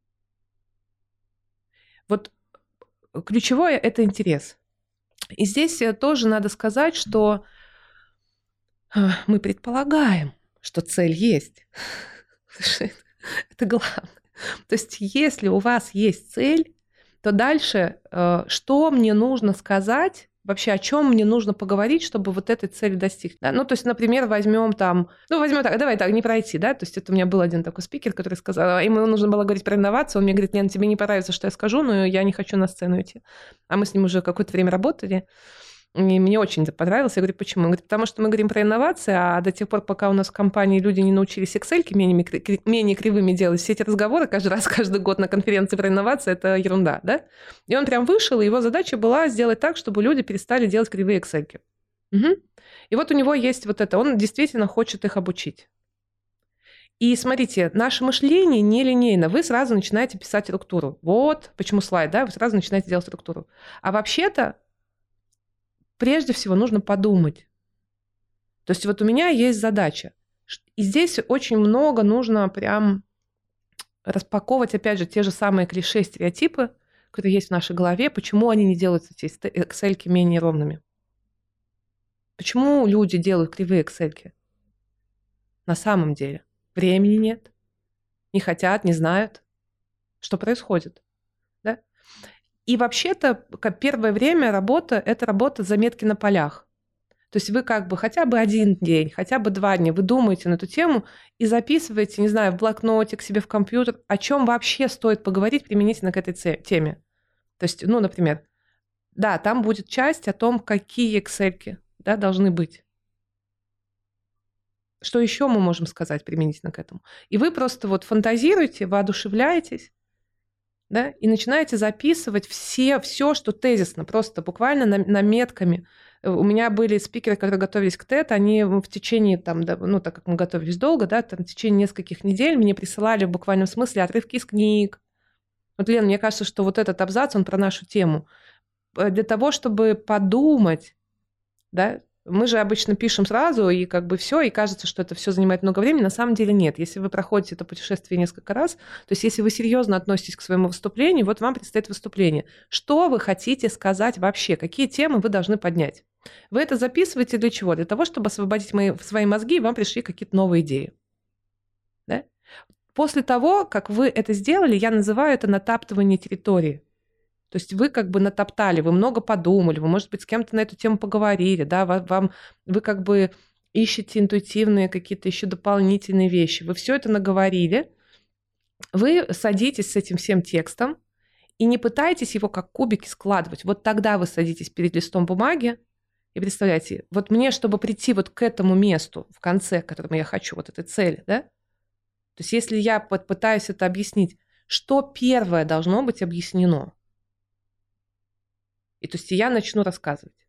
Вот ключевое – это интерес. И здесь тоже надо сказать, что мы предполагаем, что цель есть. Это главное. То есть если у вас есть цель, то дальше что мне нужно сказать, вообще о чем мне нужно поговорить, чтобы вот этой цели достичь. Да? Ну, то есть, например, возьмем так, давай так, не пройти, да, то есть это у меня был один такой спикер, который сказал, ему нужно было говорить про инновацию, он мне говорит, Лена, тебе не понравится, что я скажу, но я не хочу на сцену идти. А мы с ним уже какое-то время работали, и мне очень это понравилось. Я говорю, почему? Он говорит, потому что мы говорим про инновации, а до тех пор, пока у нас в компании люди не научились Excel-ки менее кривыми делать, все эти разговоры каждый год на конференции про инновации – это ерунда, да? И он прям вышел, и его задача была сделать так, чтобы люди перестали делать кривые Excel-ки. Угу. И вот у него есть вот это, он действительно хочет их обучить. И смотрите, наше мышление нелинейно. Вы сразу начинаете писать структуру. Вот почему слайд, да? Вы сразу начинаете делать структуру. А вообще-то прежде всего нужно подумать. То есть вот у меня есть задача. И здесь очень много нужно прям распаковывать, опять же, те же самые клише, стереотипы, которые есть в нашей голове. Почему они не делают эти Excel-ки менее ровными? Почему люди делают кривые Excel-ки? На самом деле времени нет, не хотят, не знают, что происходит. Да? И вообще-то первое время работа – это работа заметки на полях. То есть вы как бы хотя бы один день, хотя бы 2 дня, вы думаете на эту тему и записываете, не знаю, в блокноте к себе в компьютер, о чем вообще стоит поговорить применительно к этой теме. То есть, ну, например, да, там будет часть о том, какие Excel-ки, да, должны быть. Что еще мы можем сказать применительно к этому? И вы просто вот фантазируете, воодушевляетесь, да, и начинаете записывать все, что тезисно, просто буквально наметками. У меня были спикеры, которые готовились к TED, они в течение, там, ну, так как мы готовились долго, да, там, в течение нескольких недель мне присылали в буквальном смысле отрывки из книг. Вот, Лен, мне кажется, что вот этот абзац, он про нашу тему. Для того, чтобы подумать, да, мы же обычно пишем сразу, и как бы все, и кажется, что это все занимает много времени. На самом деле нет. Если вы проходите это путешествие несколько раз, то есть если вы серьезно относитесь к своему выступлению, вот вам предстоит выступление. Что вы хотите сказать вообще? Какие темы вы должны поднять? Вы это записываете для чего? Для того, чтобы освободить свои мозги, и вам пришли какие-то новые идеи. Да? После того, как вы это сделали, я называю это натаптывание территории. То есть вы как бы натоптали, вы много подумали, вы, может быть, с кем-то на эту тему поговорили, да, вы как бы ищете интуитивные какие-то еще дополнительные вещи. Вы все это наговорили, вы садитесь с этим всем текстом и не пытаетесь его как кубики складывать. Вот тогда вы садитесь перед листом бумаги и представляете, вот мне, чтобы прийти вот к этому месту в конце, к которому я хочу, вот этой цели, да, то есть если я пытаюсь это объяснить, что первое должно быть объяснено? И то есть я начну рассказывать.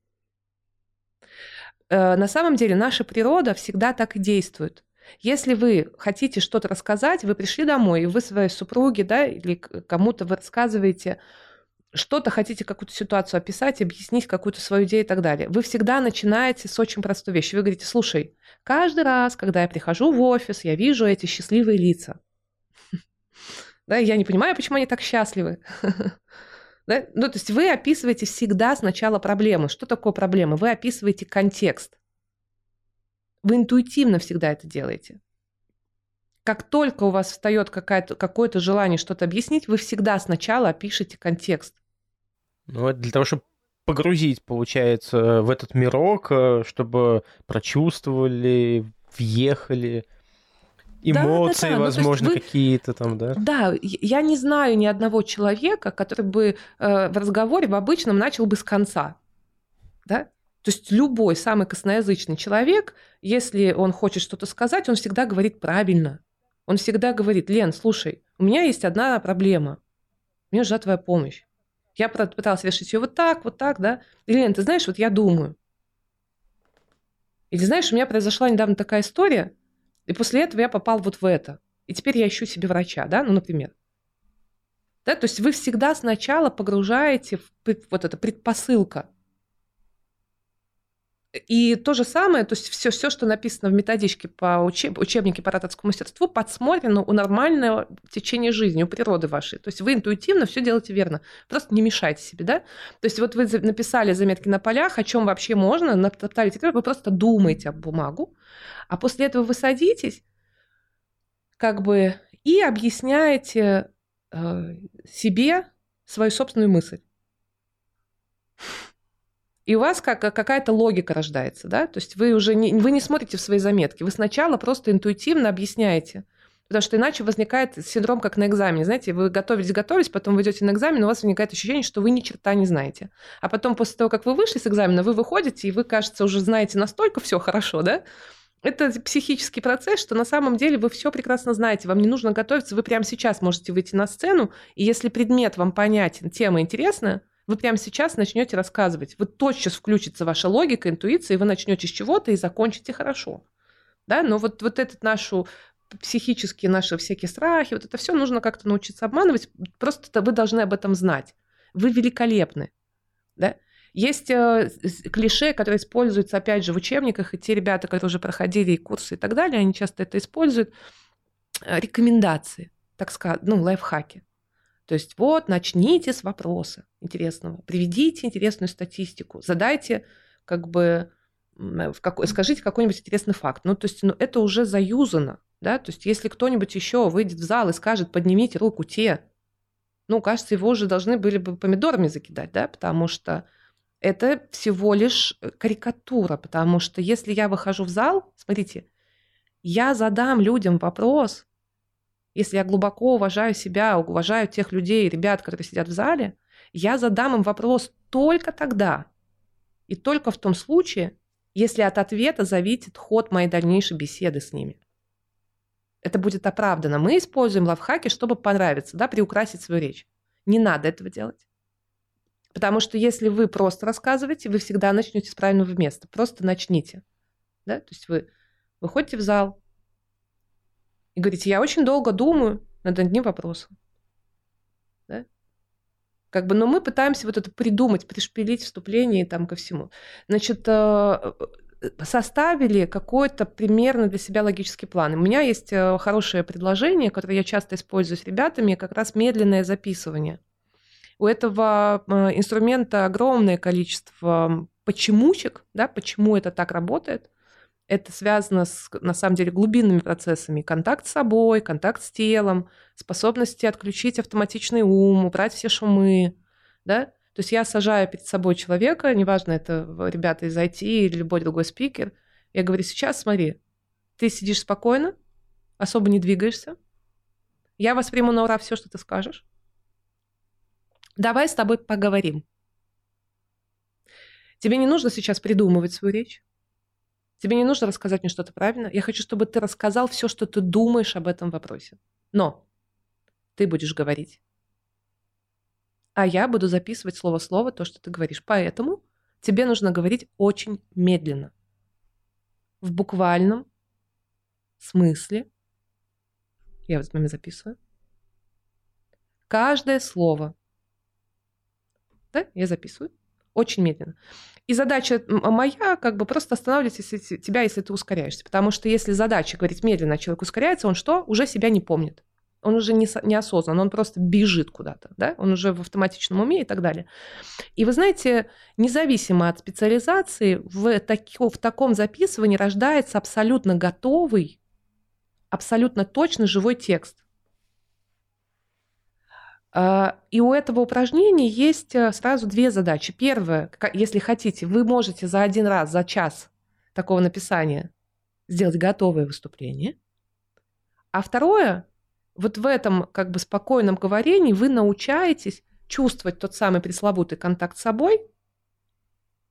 На самом деле наша природа всегда так и действует. Если вы хотите что-то рассказать, вы пришли домой, и вы своей супруге, да, или кому-то вы рассказываете что-то, хотите какую-то ситуацию описать, объяснить какую-то свою идею и так далее. Вы всегда начинаете с очень простой вещи. Вы говорите, слушай, каждый раз, когда я прихожу в офис, я вижу эти счастливые лица. Да, я не понимаю, почему они так счастливы. Да? Ну, то есть вы описываете всегда сначала проблему. Что такое проблема? Вы описываете контекст. Вы интуитивно всегда это делаете. Как только у вас встает какое-то желание что-то объяснить, вы всегда сначала опишете контекст. Ну, это для того, чтобы погрузить, получается, в этот мирок, чтобы прочувствовали, въехали. Эмоции, да. Возможно, ну, какие-то там, да? Да, я не знаю ни одного человека, который бы в разговоре в обычном начал бы с конца. Да? То есть любой самый косноязычный человек, если он хочет что-то сказать, он всегда говорит правильно. Он всегда говорит: Лен, слушай, у меня есть одна проблема. Мне нужна твоя помощь. Я пыталась решить ее вот так, да. Или, Лен, ты знаешь, вот я думаю. Или, знаешь, у меня произошла недавно такая история, и после этого я попал вот в это. И теперь я ищу себе врача, да, ну, например. Да, то есть вы всегда сначала погружаете в вот эта предпосылка. И то же самое, то есть все, что написано в методичке по учебнике по ораторскому мастерству, подсмотрено у нормального течения жизни, у природы вашей. То есть вы интуитивно все делаете верно. Просто не мешайте себе, да? То есть вот вы написали заметки на полях, о чем вообще можно, натоптали тетрадь, вы просто думаете об бумагу, а после этого вы садитесь как бы и объясняете себе свою собственную мысль. И у вас какая-то логика рождается, да? То есть вы уже вы не смотрите в свои заметки, вы сначала просто интуитивно объясняете. Потому что иначе возникает синдром, как на экзамене. Знаете, вы готовитесь, потом вы идете на экзамен, у вас возникает ощущение, что вы ни черта не знаете. А потом, после того, как вы вышли с экзамена, вы выходите, и вы, кажется, уже знаете настолько все хорошо, да? Это психический процесс, что на самом деле вы все прекрасно знаете, вам не нужно готовиться, вы прямо сейчас можете выйти на сцену, и если предмет вам понятен, тема интересная, вы прямо сейчас начнете рассказывать. Вы тотчас включится ваша логика, интуиция, и вы начнете с чего-то и закончите хорошо. Да? Но вот этот нашу психические наши всякие страхи, вот это все нужно как-то научиться обманывать. Просто вы должны об этом знать. Вы великолепны. Да? Есть клише, которые используются, опять же, в учебниках, и те ребята, которые уже проходили курсы и так далее, они часто это используют. Рекомендации, так сказать, лайфхаки. То есть вот начните с вопроса интересного, приведите интересную статистику, задайте, скажите какой-нибудь интересный факт. То есть это уже заюзано, да, то есть если кто-нибудь еще выйдет в зал и скажет: поднимите руку те, кажется, его уже должны были бы помидорами закидать, да, потому что это всего лишь карикатура, потому что если я выхожу в зал, смотрите, я задам людям вопрос. Если я глубоко уважаю себя, уважаю тех людей, ребят, которые сидят в зале, я задам им вопрос только тогда и только в том случае, если от ответа зависит ход моей дальнейшей беседы с ними. Это будет оправдано. Мы используем лайфхаки, чтобы понравиться, да, приукрасить свою речь. Не надо этого делать. Потому что если вы просто рассказываете, вы всегда начнете с правильного места. Просто начните. Да? То есть вы выходите в зал, и говорите: я очень долго думаю над одним вопросом. Да? Но мы пытаемся вот это придумать, пришпилить вступление там ко всему. Значит, составили какой-то примерно для себя логический план. У меня есть хорошее предложение, которое я часто использую с ребятами, как раз медленное записывание. У этого инструмента огромное количество почемучек, да, почему это так работает. Это связано с, на самом деле, глубинными процессами. Контакт с собой, контакт с телом, способности отключить автоматичный ум, убрать все шумы. Да? То есть я сажаю перед собой человека, неважно, это ребята из IT или любой другой спикер, я говорю: сейчас смотри, ты сидишь спокойно, особо не двигаешься, я восприму на ура все, что ты скажешь. Давай с тобой поговорим. Тебе не нужно сейчас придумывать свою речь. Тебе не нужно рассказать мне что-то правильно. Я хочу, чтобы ты рассказал все, что ты думаешь об этом вопросе. Но ты будешь говорить, а я буду записывать слово в слово то, что ты говоришь. Поэтому тебе нужно говорить очень медленно. В буквальном смысле. Я вот с вами записываю. Каждое слово. Да, я записываю. Очень медленно. И задача моя просто останавливать тебя, если ты ускоряешься. Потому что если задача говорить медленно, а человек ускоряется, он что? Уже себя не помнит. Он уже неосознанно, он просто бежит куда-то. Да? Он уже в автоматичном уме и так далее. И вы знаете, независимо от специализации, в таком записывании рождается абсолютно готовый, абсолютно точно живой текст. И у этого упражнения есть сразу две задачи. Первая, если хотите, вы можете за один раз, за час такого написания сделать готовое выступление. А второе, вот в этом спокойном говорении вы научаетесь чувствовать тот самый пресловутый контакт с собой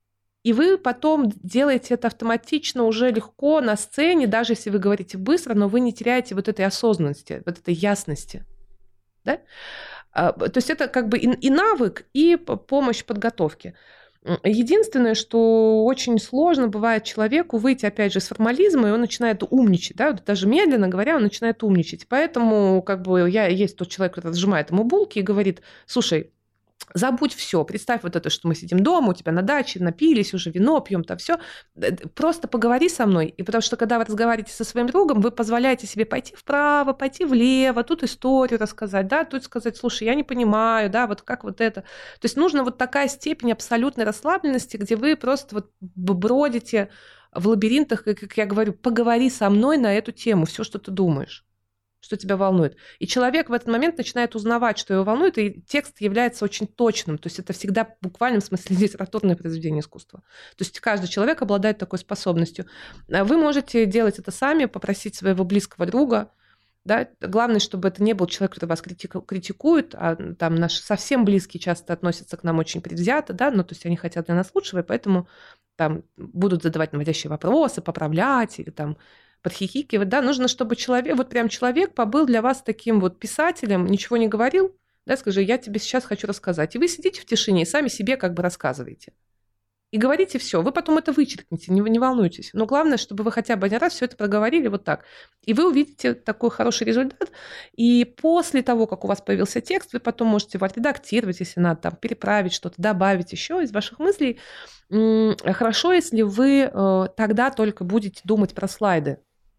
И вы потом делаете это автоматично уже легко на сцене, даже если вы говорите быстро, но вы не теряете вот этой осознанности, вот этой ясности. Да? То есть это как бы и навык, и помощь в подготовке. Единственное, что очень сложно бывает человеку выйти, опять же, из формализма, и он начинает умничать, да, вот даже медленно говоря, он начинает умничать. Поэтому как бы есть тот человек, который сжимает ему булки и говорит: слушай, забудь все, представь вот это, что мы сидим дома, у тебя на даче, напились уже, вино пьем, там все. Просто поговори со мной. И потому что, когда вы разговариваете со своим другом, вы позволяете себе пойти вправо, пойти влево, тут историю рассказать, да, тут сказать: слушай, я не понимаю, да, вот как вот это. То есть нужна вот такая степень абсолютной расслабленности, где вы просто вот бродите в лабиринтах, как я говорю, поговори со мной на эту тему, все, что ты думаешь, что тебя волнует. И человек в этот момент начинает узнавать, что его волнует, и текст является очень точным. То есть это всегда в буквальном смысле литературное произведение искусства. То есть каждый человек обладает такой способностью. Вы можете делать это сами, попросить своего близкого друга. Да? Главное, чтобы это не был человек, который вас критикует, а там наши совсем близкие часто относятся к нам очень предвзято, да? Ну, то есть они хотят для нас лучшего, и поэтому там будут задавать наводящие вопросы, поправлять или там подхихикивать, да, нужно, чтобы человек, вот прям человек побыл для вас таким вот писателем, ничего не говорил, да, скажи: я тебе сейчас хочу рассказать. И вы сидите в тишине и сами себе как бы рассказываете. И говорите все. Вы потом это вычеркните, не волнуйтесь. Но главное, чтобы вы хотя бы один раз все это проговорили вот так. И вы увидите такой хороший результат. И после того, как у вас появился текст, вы потом можете его отредактировать, если надо, там, переправить что-то, добавить еще из ваших мыслей. Хорошо, если вы тогда только будете думать про слайды.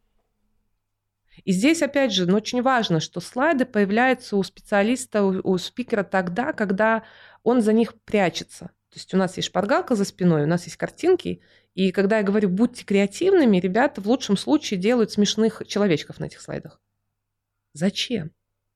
И здесь, опять же, очень важно, что слайды появляются у специалиста, у спикера тогда, когда он за них прячется. То есть у нас есть шпаргалка за спиной, у нас есть картинки, и когда я говорю «будьте креативными», ребята в лучшем случае делают смешных человечков на этих слайдах. Зачем?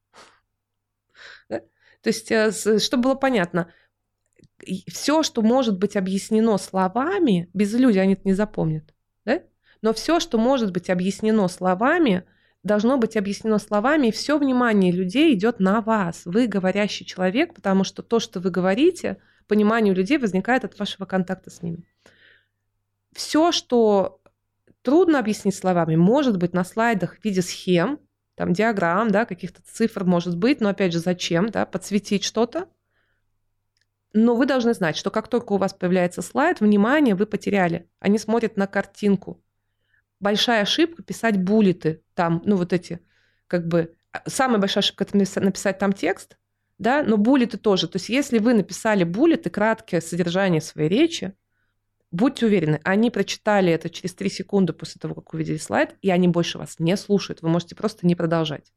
Да? То есть, чтобы было понятно, все, что может быть объяснено словами, без иллюзий они это не запомнят, да? Но все, что может быть объяснено словами, должно быть объяснено словами, и все внимание людей идет на вас. Вы говорящий человек, потому что то, что вы говорите, понимание у людей возникает от вашего контакта с ними. Все, что трудно объяснить словами, может быть на слайдах в виде схем, там диаграмм, да, каких-то цифр может быть, но опять же зачем, да, подсветить что-то. Но вы должны знать, что как только у вас появляется слайд, внимание вы потеряли. Они смотрят на картинку. Большая ошибка писать буллеты там, ну вот эти, как бы, самая большая ошибка — это написать там текст, да, но буллеты тоже. То есть если вы написали буллеты, краткое содержание своей речи, будьте уверены, они прочитали это через 3 секунды после того, как увидели слайд, и они больше вас не слушают. Вы можете просто не продолжать.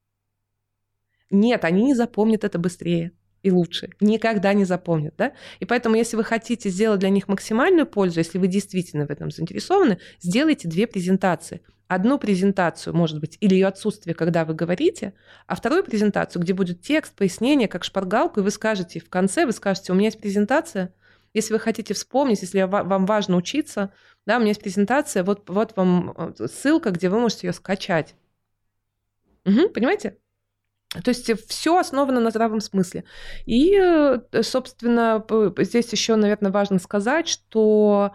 Нет, они не запомнят это быстрее и лучше. Никогда не запомнят, да? И поэтому, если вы хотите сделать для них максимальную пользу, если вы действительно в этом заинтересованы, сделайте 2 презентации. Одну презентацию, может быть, или ее отсутствие, когда вы говорите, а вторую презентацию, где будет текст, пояснение, как шпаргалку, и вы скажете в конце, вы скажете: у меня есть презентация, если вы хотите вспомнить, если вам важно учиться, да, у меня есть презентация, вот вам ссылка, где вы можете ее скачать. Понимаете? То есть все основано на здравом смысле. И, собственно, здесь еще, наверное, важно сказать, что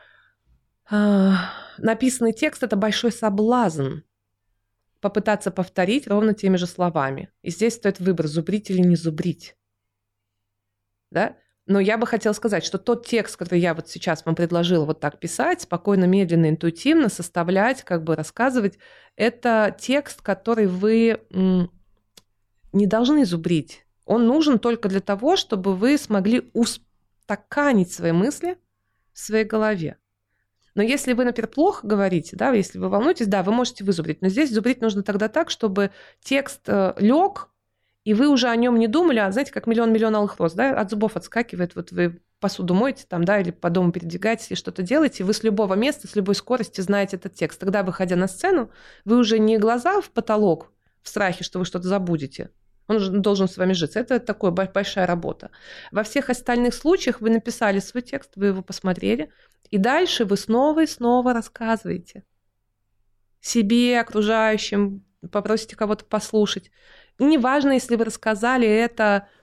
написанный текст — это большой соблазн попытаться повторить ровно теми же словами. И здесь стоит выбор: зубрить или не зубрить. Да? Но я бы хотела сказать, что тот текст, который я вот сейчас вам предложила вот так писать, спокойно, медленно, интуитивно составлять, как бы рассказывать, это текст, который вы не должны зубрить. Он нужен только для того, чтобы вы смогли устаканить свои мысли в своей голове. Но если вы, например, плохо говорите, да, если вы волнуетесь, да, вы можете вызубрить. Но здесь зубрить нужно тогда так, чтобы текст лег, и вы уже о нем не думали, а знаете, как миллион алых роз, да, от зубов отскакивает, вот вы посуду моете там, да, или по дому передвигаетесь, или что-то делаете, и вы с любого места, с любой скорости знаете этот текст. Тогда, выходя на сцену, вы уже не глаза в потолок в страхе, что вы что-то забудете. Он должен с вами житься. Это такая большая работа. Во всех остальных случаях вы написали свой текст, вы его посмотрели, и дальше вы снова и снова рассказываете себе, окружающим, попросите кого-то послушать. И неважно, если вы рассказали это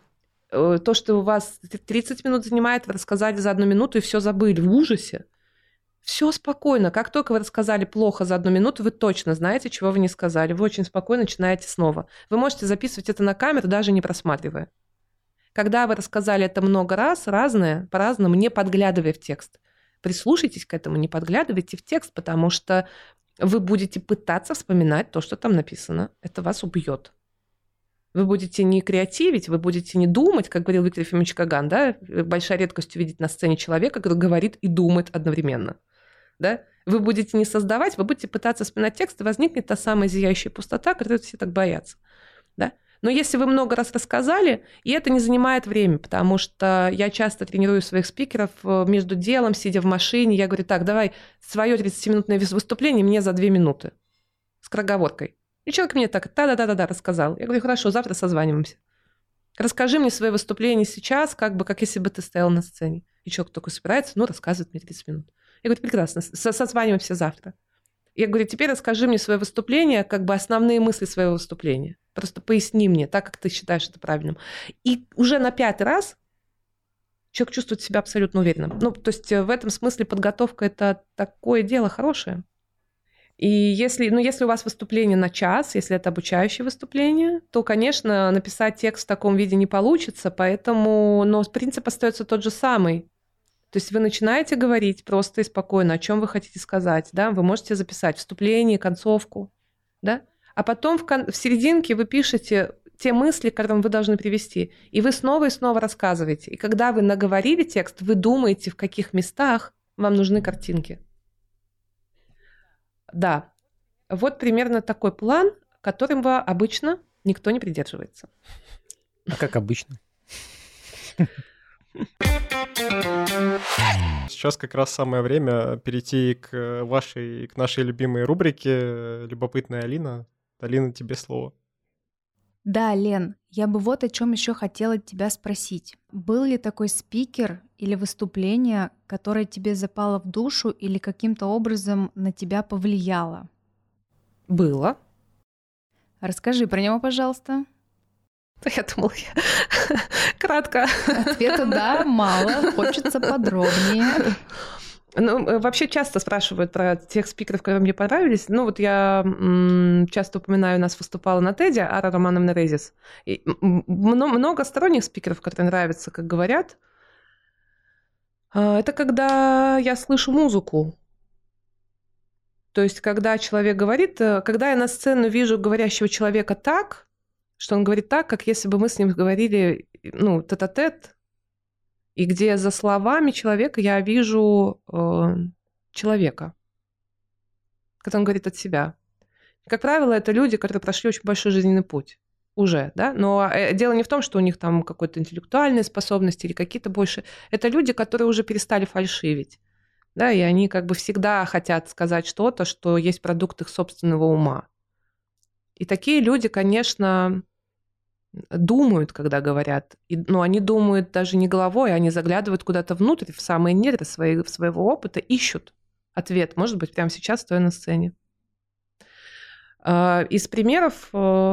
То, что у вас 30 минут занимает, вы рассказали за 1 минуту и все забыли в ужасе. Все спокойно. Как только вы рассказали плохо за 1 минуту, вы точно знаете, чего вы не сказали. Вы очень спокойно начинаете снова. Вы можете записывать это на камеру, даже не просматривая. Когда вы рассказали это много раз, разное, по-разному, не подглядывая в текст. Прислушайтесь к этому, не подглядывайте в текст, потому что вы будете пытаться вспоминать то, что там написано. Это вас убьет. Вы будете не креативить, вы будете не думать, как говорил Виктор Ефимович Каган, да? Большая редкость увидеть на сцене человека, который говорит и думает одновременно. Да? Вы будете не создавать, вы будете пытаться вспоминать текст, и возникнет та самая зияющая пустота, которую все так боятся. Да? Но если вы много раз рассказали, и это не занимает время, потому что я часто тренирую своих спикеров между делом, сидя в машине, я говорю, так, давай свое 30-минутное выступление мне за 2 минуты. Скороговоркой. И человек мне так, да-да-да-да, рассказал. Я говорю, хорошо, завтра созваниваемся. Расскажи мне свое выступление сейчас, как если бы ты стоял на сцене. И человек такой собирается, рассказывает мне 30 минут. Я говорю, прекрасно, созваниваемся завтра. Я говорю, теперь расскажи мне свое выступление, основные мысли своего выступления. Просто поясни мне, так, как ты считаешь это правильным. И уже на 5-й раз человек чувствует себя абсолютно уверенным. То есть в этом смысле подготовка – это такое дело хорошее. И если у вас выступление на час, если это обучающее выступление, то, конечно, написать текст в таком виде не получится, но принцип остается тот же самый. То есть вы начинаете говорить просто и спокойно, о чем вы хотите сказать, да? Вы можете записать вступление, концовку, да? А потом в серединке вы пишете те мысли, к которым вы должны привести, и вы снова и снова рассказываете. И когда вы наговорили текст, вы думаете, в каких местах вам нужны картинки. Да, вот примерно такой план, которого обычно никто не придерживается. А как обычно? Сейчас как раз самое время перейти к нашей любимой рубрике «Любопытная Алина». Алина, тебе слово. Да, Лен, я бы вот о чем еще хотела тебя спросить. Был ли такой спикер или выступление, которое тебе запало в душу или каким-то образом на тебя повлияло? Было. Расскажи про него, пожалуйста. Я думала, кратко. Ответа да, мало, хочется подробнее. Вообще часто спрашивают про тех спикеров, которые мне понравились. Я часто упоминаю, у нас выступала на TED Ара Романовна Резис. И много сторонних спикеров, которые нравятся, как говорят. Это когда я слышу музыку. То есть, когда человек говорит, когда я на сцену вижу говорящего человека так, что он говорит так, как если бы мы с ним говорили, тет-а-тет, и где за словами человека я вижу человека, когда он говорит от себя. Как правило, это люди, которые прошли очень большой жизненный путь уже, да, но дело не в том, что у них там какой-то интеллектуальные способности или какие-то больше. Это люди, которые уже перестали фальшивить, да, и они всегда хотят сказать что-то, что есть продукт их собственного ума. И такие люди, конечно, думают, когда говорят. Но они думают даже не головой, они заглядывают куда-то внутрь, в самые недра своего опыта, ищут ответ, может быть, прямо сейчас, стоя на сцене. Из примеров...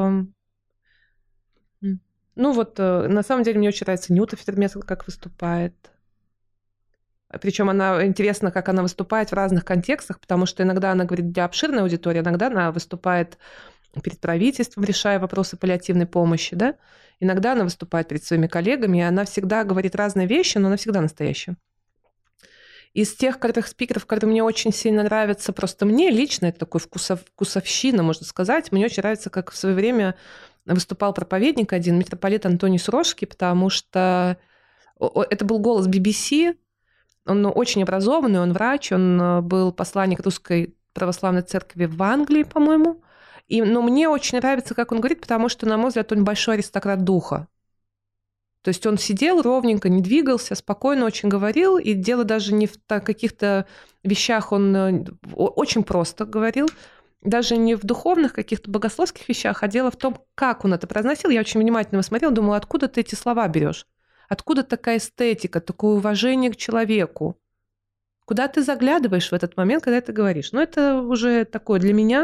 на самом деле, мне очень нравится Нюта Фермес, как выступает. Причем интересно, как она выступает в разных контекстах, потому что иногда она говорит для обширной аудитории, иногда она выступает перед правительством, решая вопросы паллиативной помощи, да? Иногда она выступает перед своими коллегами, и она всегда говорит разные вещи, но она всегда настоящая. Из тех спикеров, которые мне очень сильно нравятся, просто мне лично, это такой вкусовщина, можно сказать, мне очень нравится, как в свое время выступал проповедник один, митрополит Антоний Сурожский, потому что это был голос BBC, он очень образованный, он врач, он был посланник Русской Православной Церкви в Англии, по-моему. Но мне очень нравится, как он говорит, потому что, на мой взгляд, он большой аристократ духа. То есть он сидел ровненько, не двигался, спокойно очень говорил, и дело даже не в каких-то вещах, он очень просто говорил, даже не в духовных каких-то богословских вещах, а дело в том, как он это произносил. Я очень внимательно его смотрела, думала, откуда ты эти слова берешь? Откуда такая эстетика, такое уважение к человеку? Куда ты заглядываешь в этот момент, когда ты говоришь? Это уже такое для меня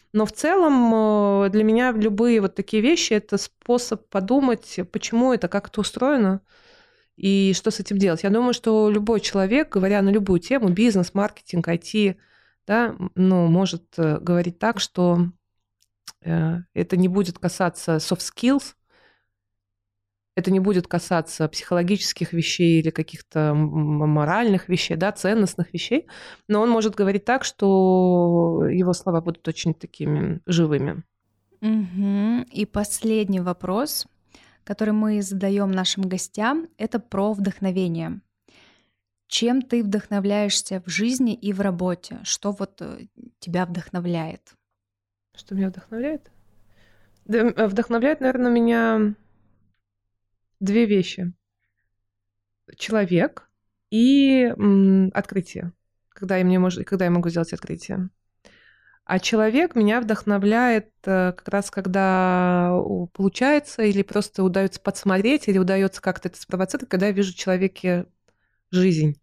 Но в целом для меня любые вот такие вещи – это способ подумать, почему это, как это устроено и что с этим делать. Я думаю, что любой человек, говоря на любую тему, бизнес, маркетинг, IT, да, может говорить так, что это не будет касаться soft skills, это не будет касаться психологических вещей или каких-то моральных вещей, да, ценностных вещей, но он может говорить так, что его слова будут очень такими живыми. И последний вопрос, который мы задаем нашим гостям, это про вдохновение. Чем ты вдохновляешься в жизни и в работе? Что вот тебя вдохновляет? Что меня вдохновляет? Да, вдохновляет, наверное, меня две вещи. Человек и открытие. Когда я могу сделать открытие. А человек меня вдохновляет как раз, когда получается, или просто удается подсмотреть, или удается как-то это спровоцировать, когда я вижу в человеке жизнь.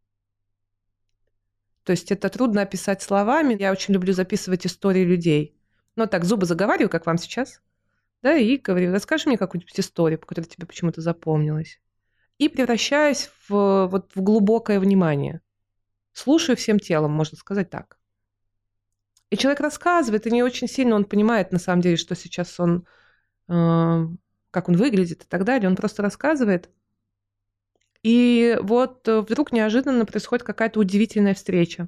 То есть это трудно описать словами. Я очень люблю записывать истории людей. Так, зубы заговариваю, как вам сейчас. Да, и говорю, расскажи мне какую-нибудь историю, которая тебе почему-то запомнилась. И превращаюсь в глубокое внимание. Слушаю всем телом, можно сказать так. И человек рассказывает, и не очень сильно он понимает, на самом деле, что сейчас он, как он выглядит и так далее. Он просто рассказывает. И вот вдруг неожиданно происходит какая-то удивительная встреча.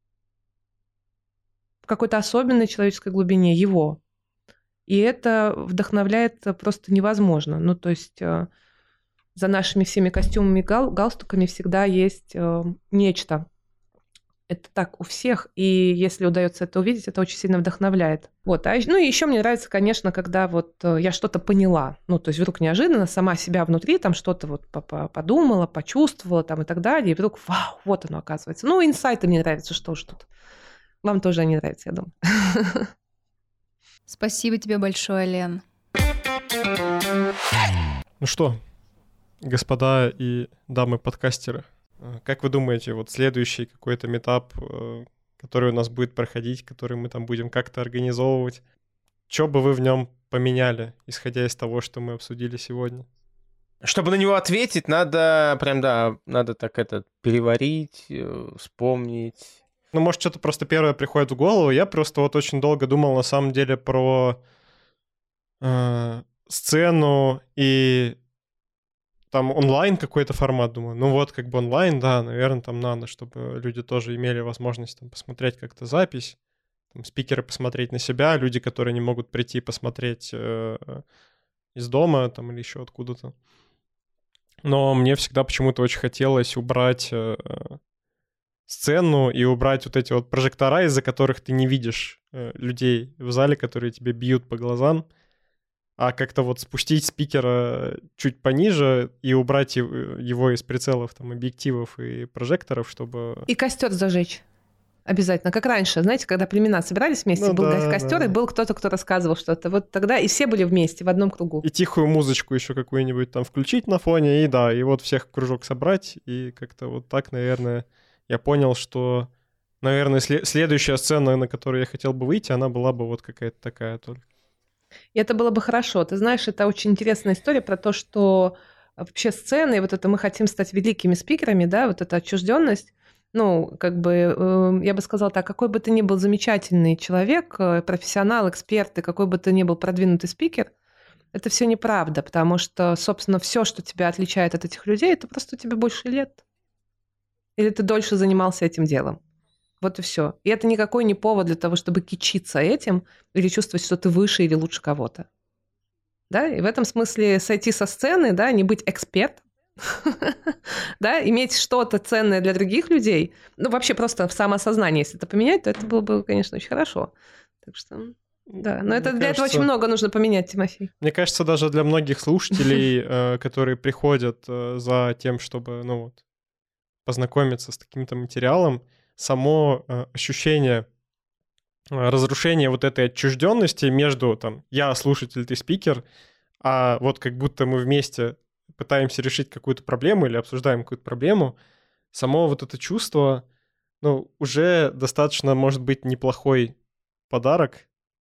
В какой-то особенной человеческой глубине его. И это вдохновляет просто невозможно. То есть за нашими всеми костюмами, галстуками всегда есть нечто. Это так у всех, и если удается это увидеть, это очень сильно вдохновляет. Вот. И еще мне нравится, конечно, когда вот я что-то поняла. То есть вдруг неожиданно сама себя внутри там что-то вот подумала, почувствовала там и так далее, и вдруг, вау, вот оно оказывается. Инсайты мне нравятся, что уж тут. Вам тоже они нравятся, я думаю. Спасибо тебе большое, Лен. Ну что, господа и дамы-подкастеры, как вы думаете, вот следующий какой-то митап, который у нас будет проходить, который мы там будем как-то организовывать, что бы вы в нем поменяли, исходя из того, что мы обсудили сегодня? Чтобы на него ответить, надо так переварить, вспомнить. Может, что-то просто первое приходит в голову. Я просто вот очень долго думал, на самом деле, про сцену и там онлайн какой-то формат. Думаю, как бы онлайн, да, наверное, там надо, чтобы люди тоже имели возможность там посмотреть как-то запись, там, спикеры посмотреть на себя, люди, которые не могут прийти посмотреть из дома там или еще откуда-то. Но мне всегда почему-то очень хотелось убрать сцену и убрать вот эти вот прожектора, из-за которых ты не видишь людей в зале, которые тебе бьют по глазам, а как-то вот спустить спикера чуть пониже и убрать его из прицелов, там, объективов и прожекторов, чтобы... И костер зажечь. Обязательно. Как раньше, знаете, когда племена собирались вместе, был костер, и был кто-то, кто рассказывал что-то. Вот тогда и все были вместе в одном кругу. И тихую музычку еще какую-нибудь там включить на фоне, и вот всех в кружок собрать, и как-то вот так, наверное... Я понял, что, наверное, следующая сцена, на которую я хотел бы выйти, она была бы вот какая-то такая только. И это было бы хорошо. Ты знаешь, это очень интересная история про то, что вообще сцены, и вот это мы хотим стать великими спикерами, да, вот эта отчужденность, я бы сказала так, какой бы ты ни был замечательный человек, профессионал, эксперт, и какой бы ты ни был продвинутый спикер, это все неправда, потому что, собственно, все, что тебя отличает от этих людей, это просто тебе больше лет. Или ты дольше занимался этим делом. Вот и все. И это никакой не повод для того, чтобы кичиться этим или чувствовать, что ты выше или лучше кого-то. Да? И в этом смысле сойти со сцены, да, не быть экспертом, да, иметь что-то ценное для других людей, вообще просто в самоосознании, если это поменять, то это было бы, конечно, очень хорошо. Так что, да, но для этого очень много нужно поменять, Тимофей. Мне кажется, даже для многих слушателей, которые приходят за тем, чтобы, познакомиться с каким-то материалом, само ощущение разрушения вот этой отчужденности между я слушатель, ты спикер, а вот как будто мы вместе пытаемся решить какую-то проблему или обсуждаем какую-то проблему, само вот это чувство, уже достаточно может быть неплохой подарок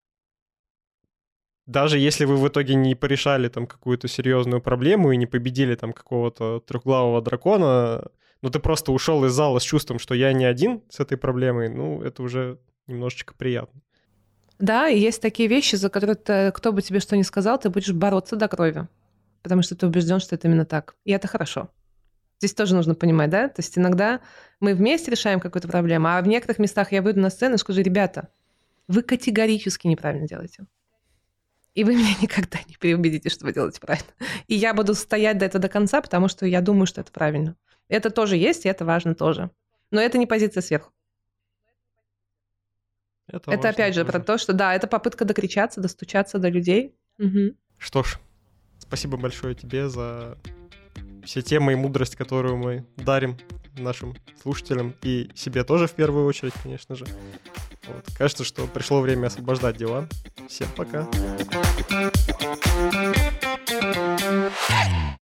даже если вы в итоге не порешали там какую-то серьезную проблему и не победили там какого-то трехглавого дракона, но ты просто ушел из зала с чувством, что я не один с этой проблемой, ну, это уже немножечко приятно. Да, и есть такие вещи, за которые кто бы тебе что ни сказал, ты будешь бороться до крови, потому что ты убежден, что это именно так. И это хорошо. Здесь тоже нужно понимать, да? То есть иногда мы вместе решаем какую-то проблему, а в некоторых местах я выйду на сцену и скажу: ребята, вы категорически неправильно делаете. И вы меня никогда не переубедите, что вы делаете правильно. И я буду стоять до этого до конца, потому что я думаю, что это правильно. Это тоже есть, и это важно тоже. Но это не позиция сверху. Это опять же тоже про то, что да, это попытка докричаться, достучаться до людей. Угу. Что ж, спасибо большое тебе за все темы и мудрость, которую мы дарим нашим слушателям и себе тоже в первую очередь, конечно же. Вот. Кажется, что пришло время освобождать диван. Всем пока.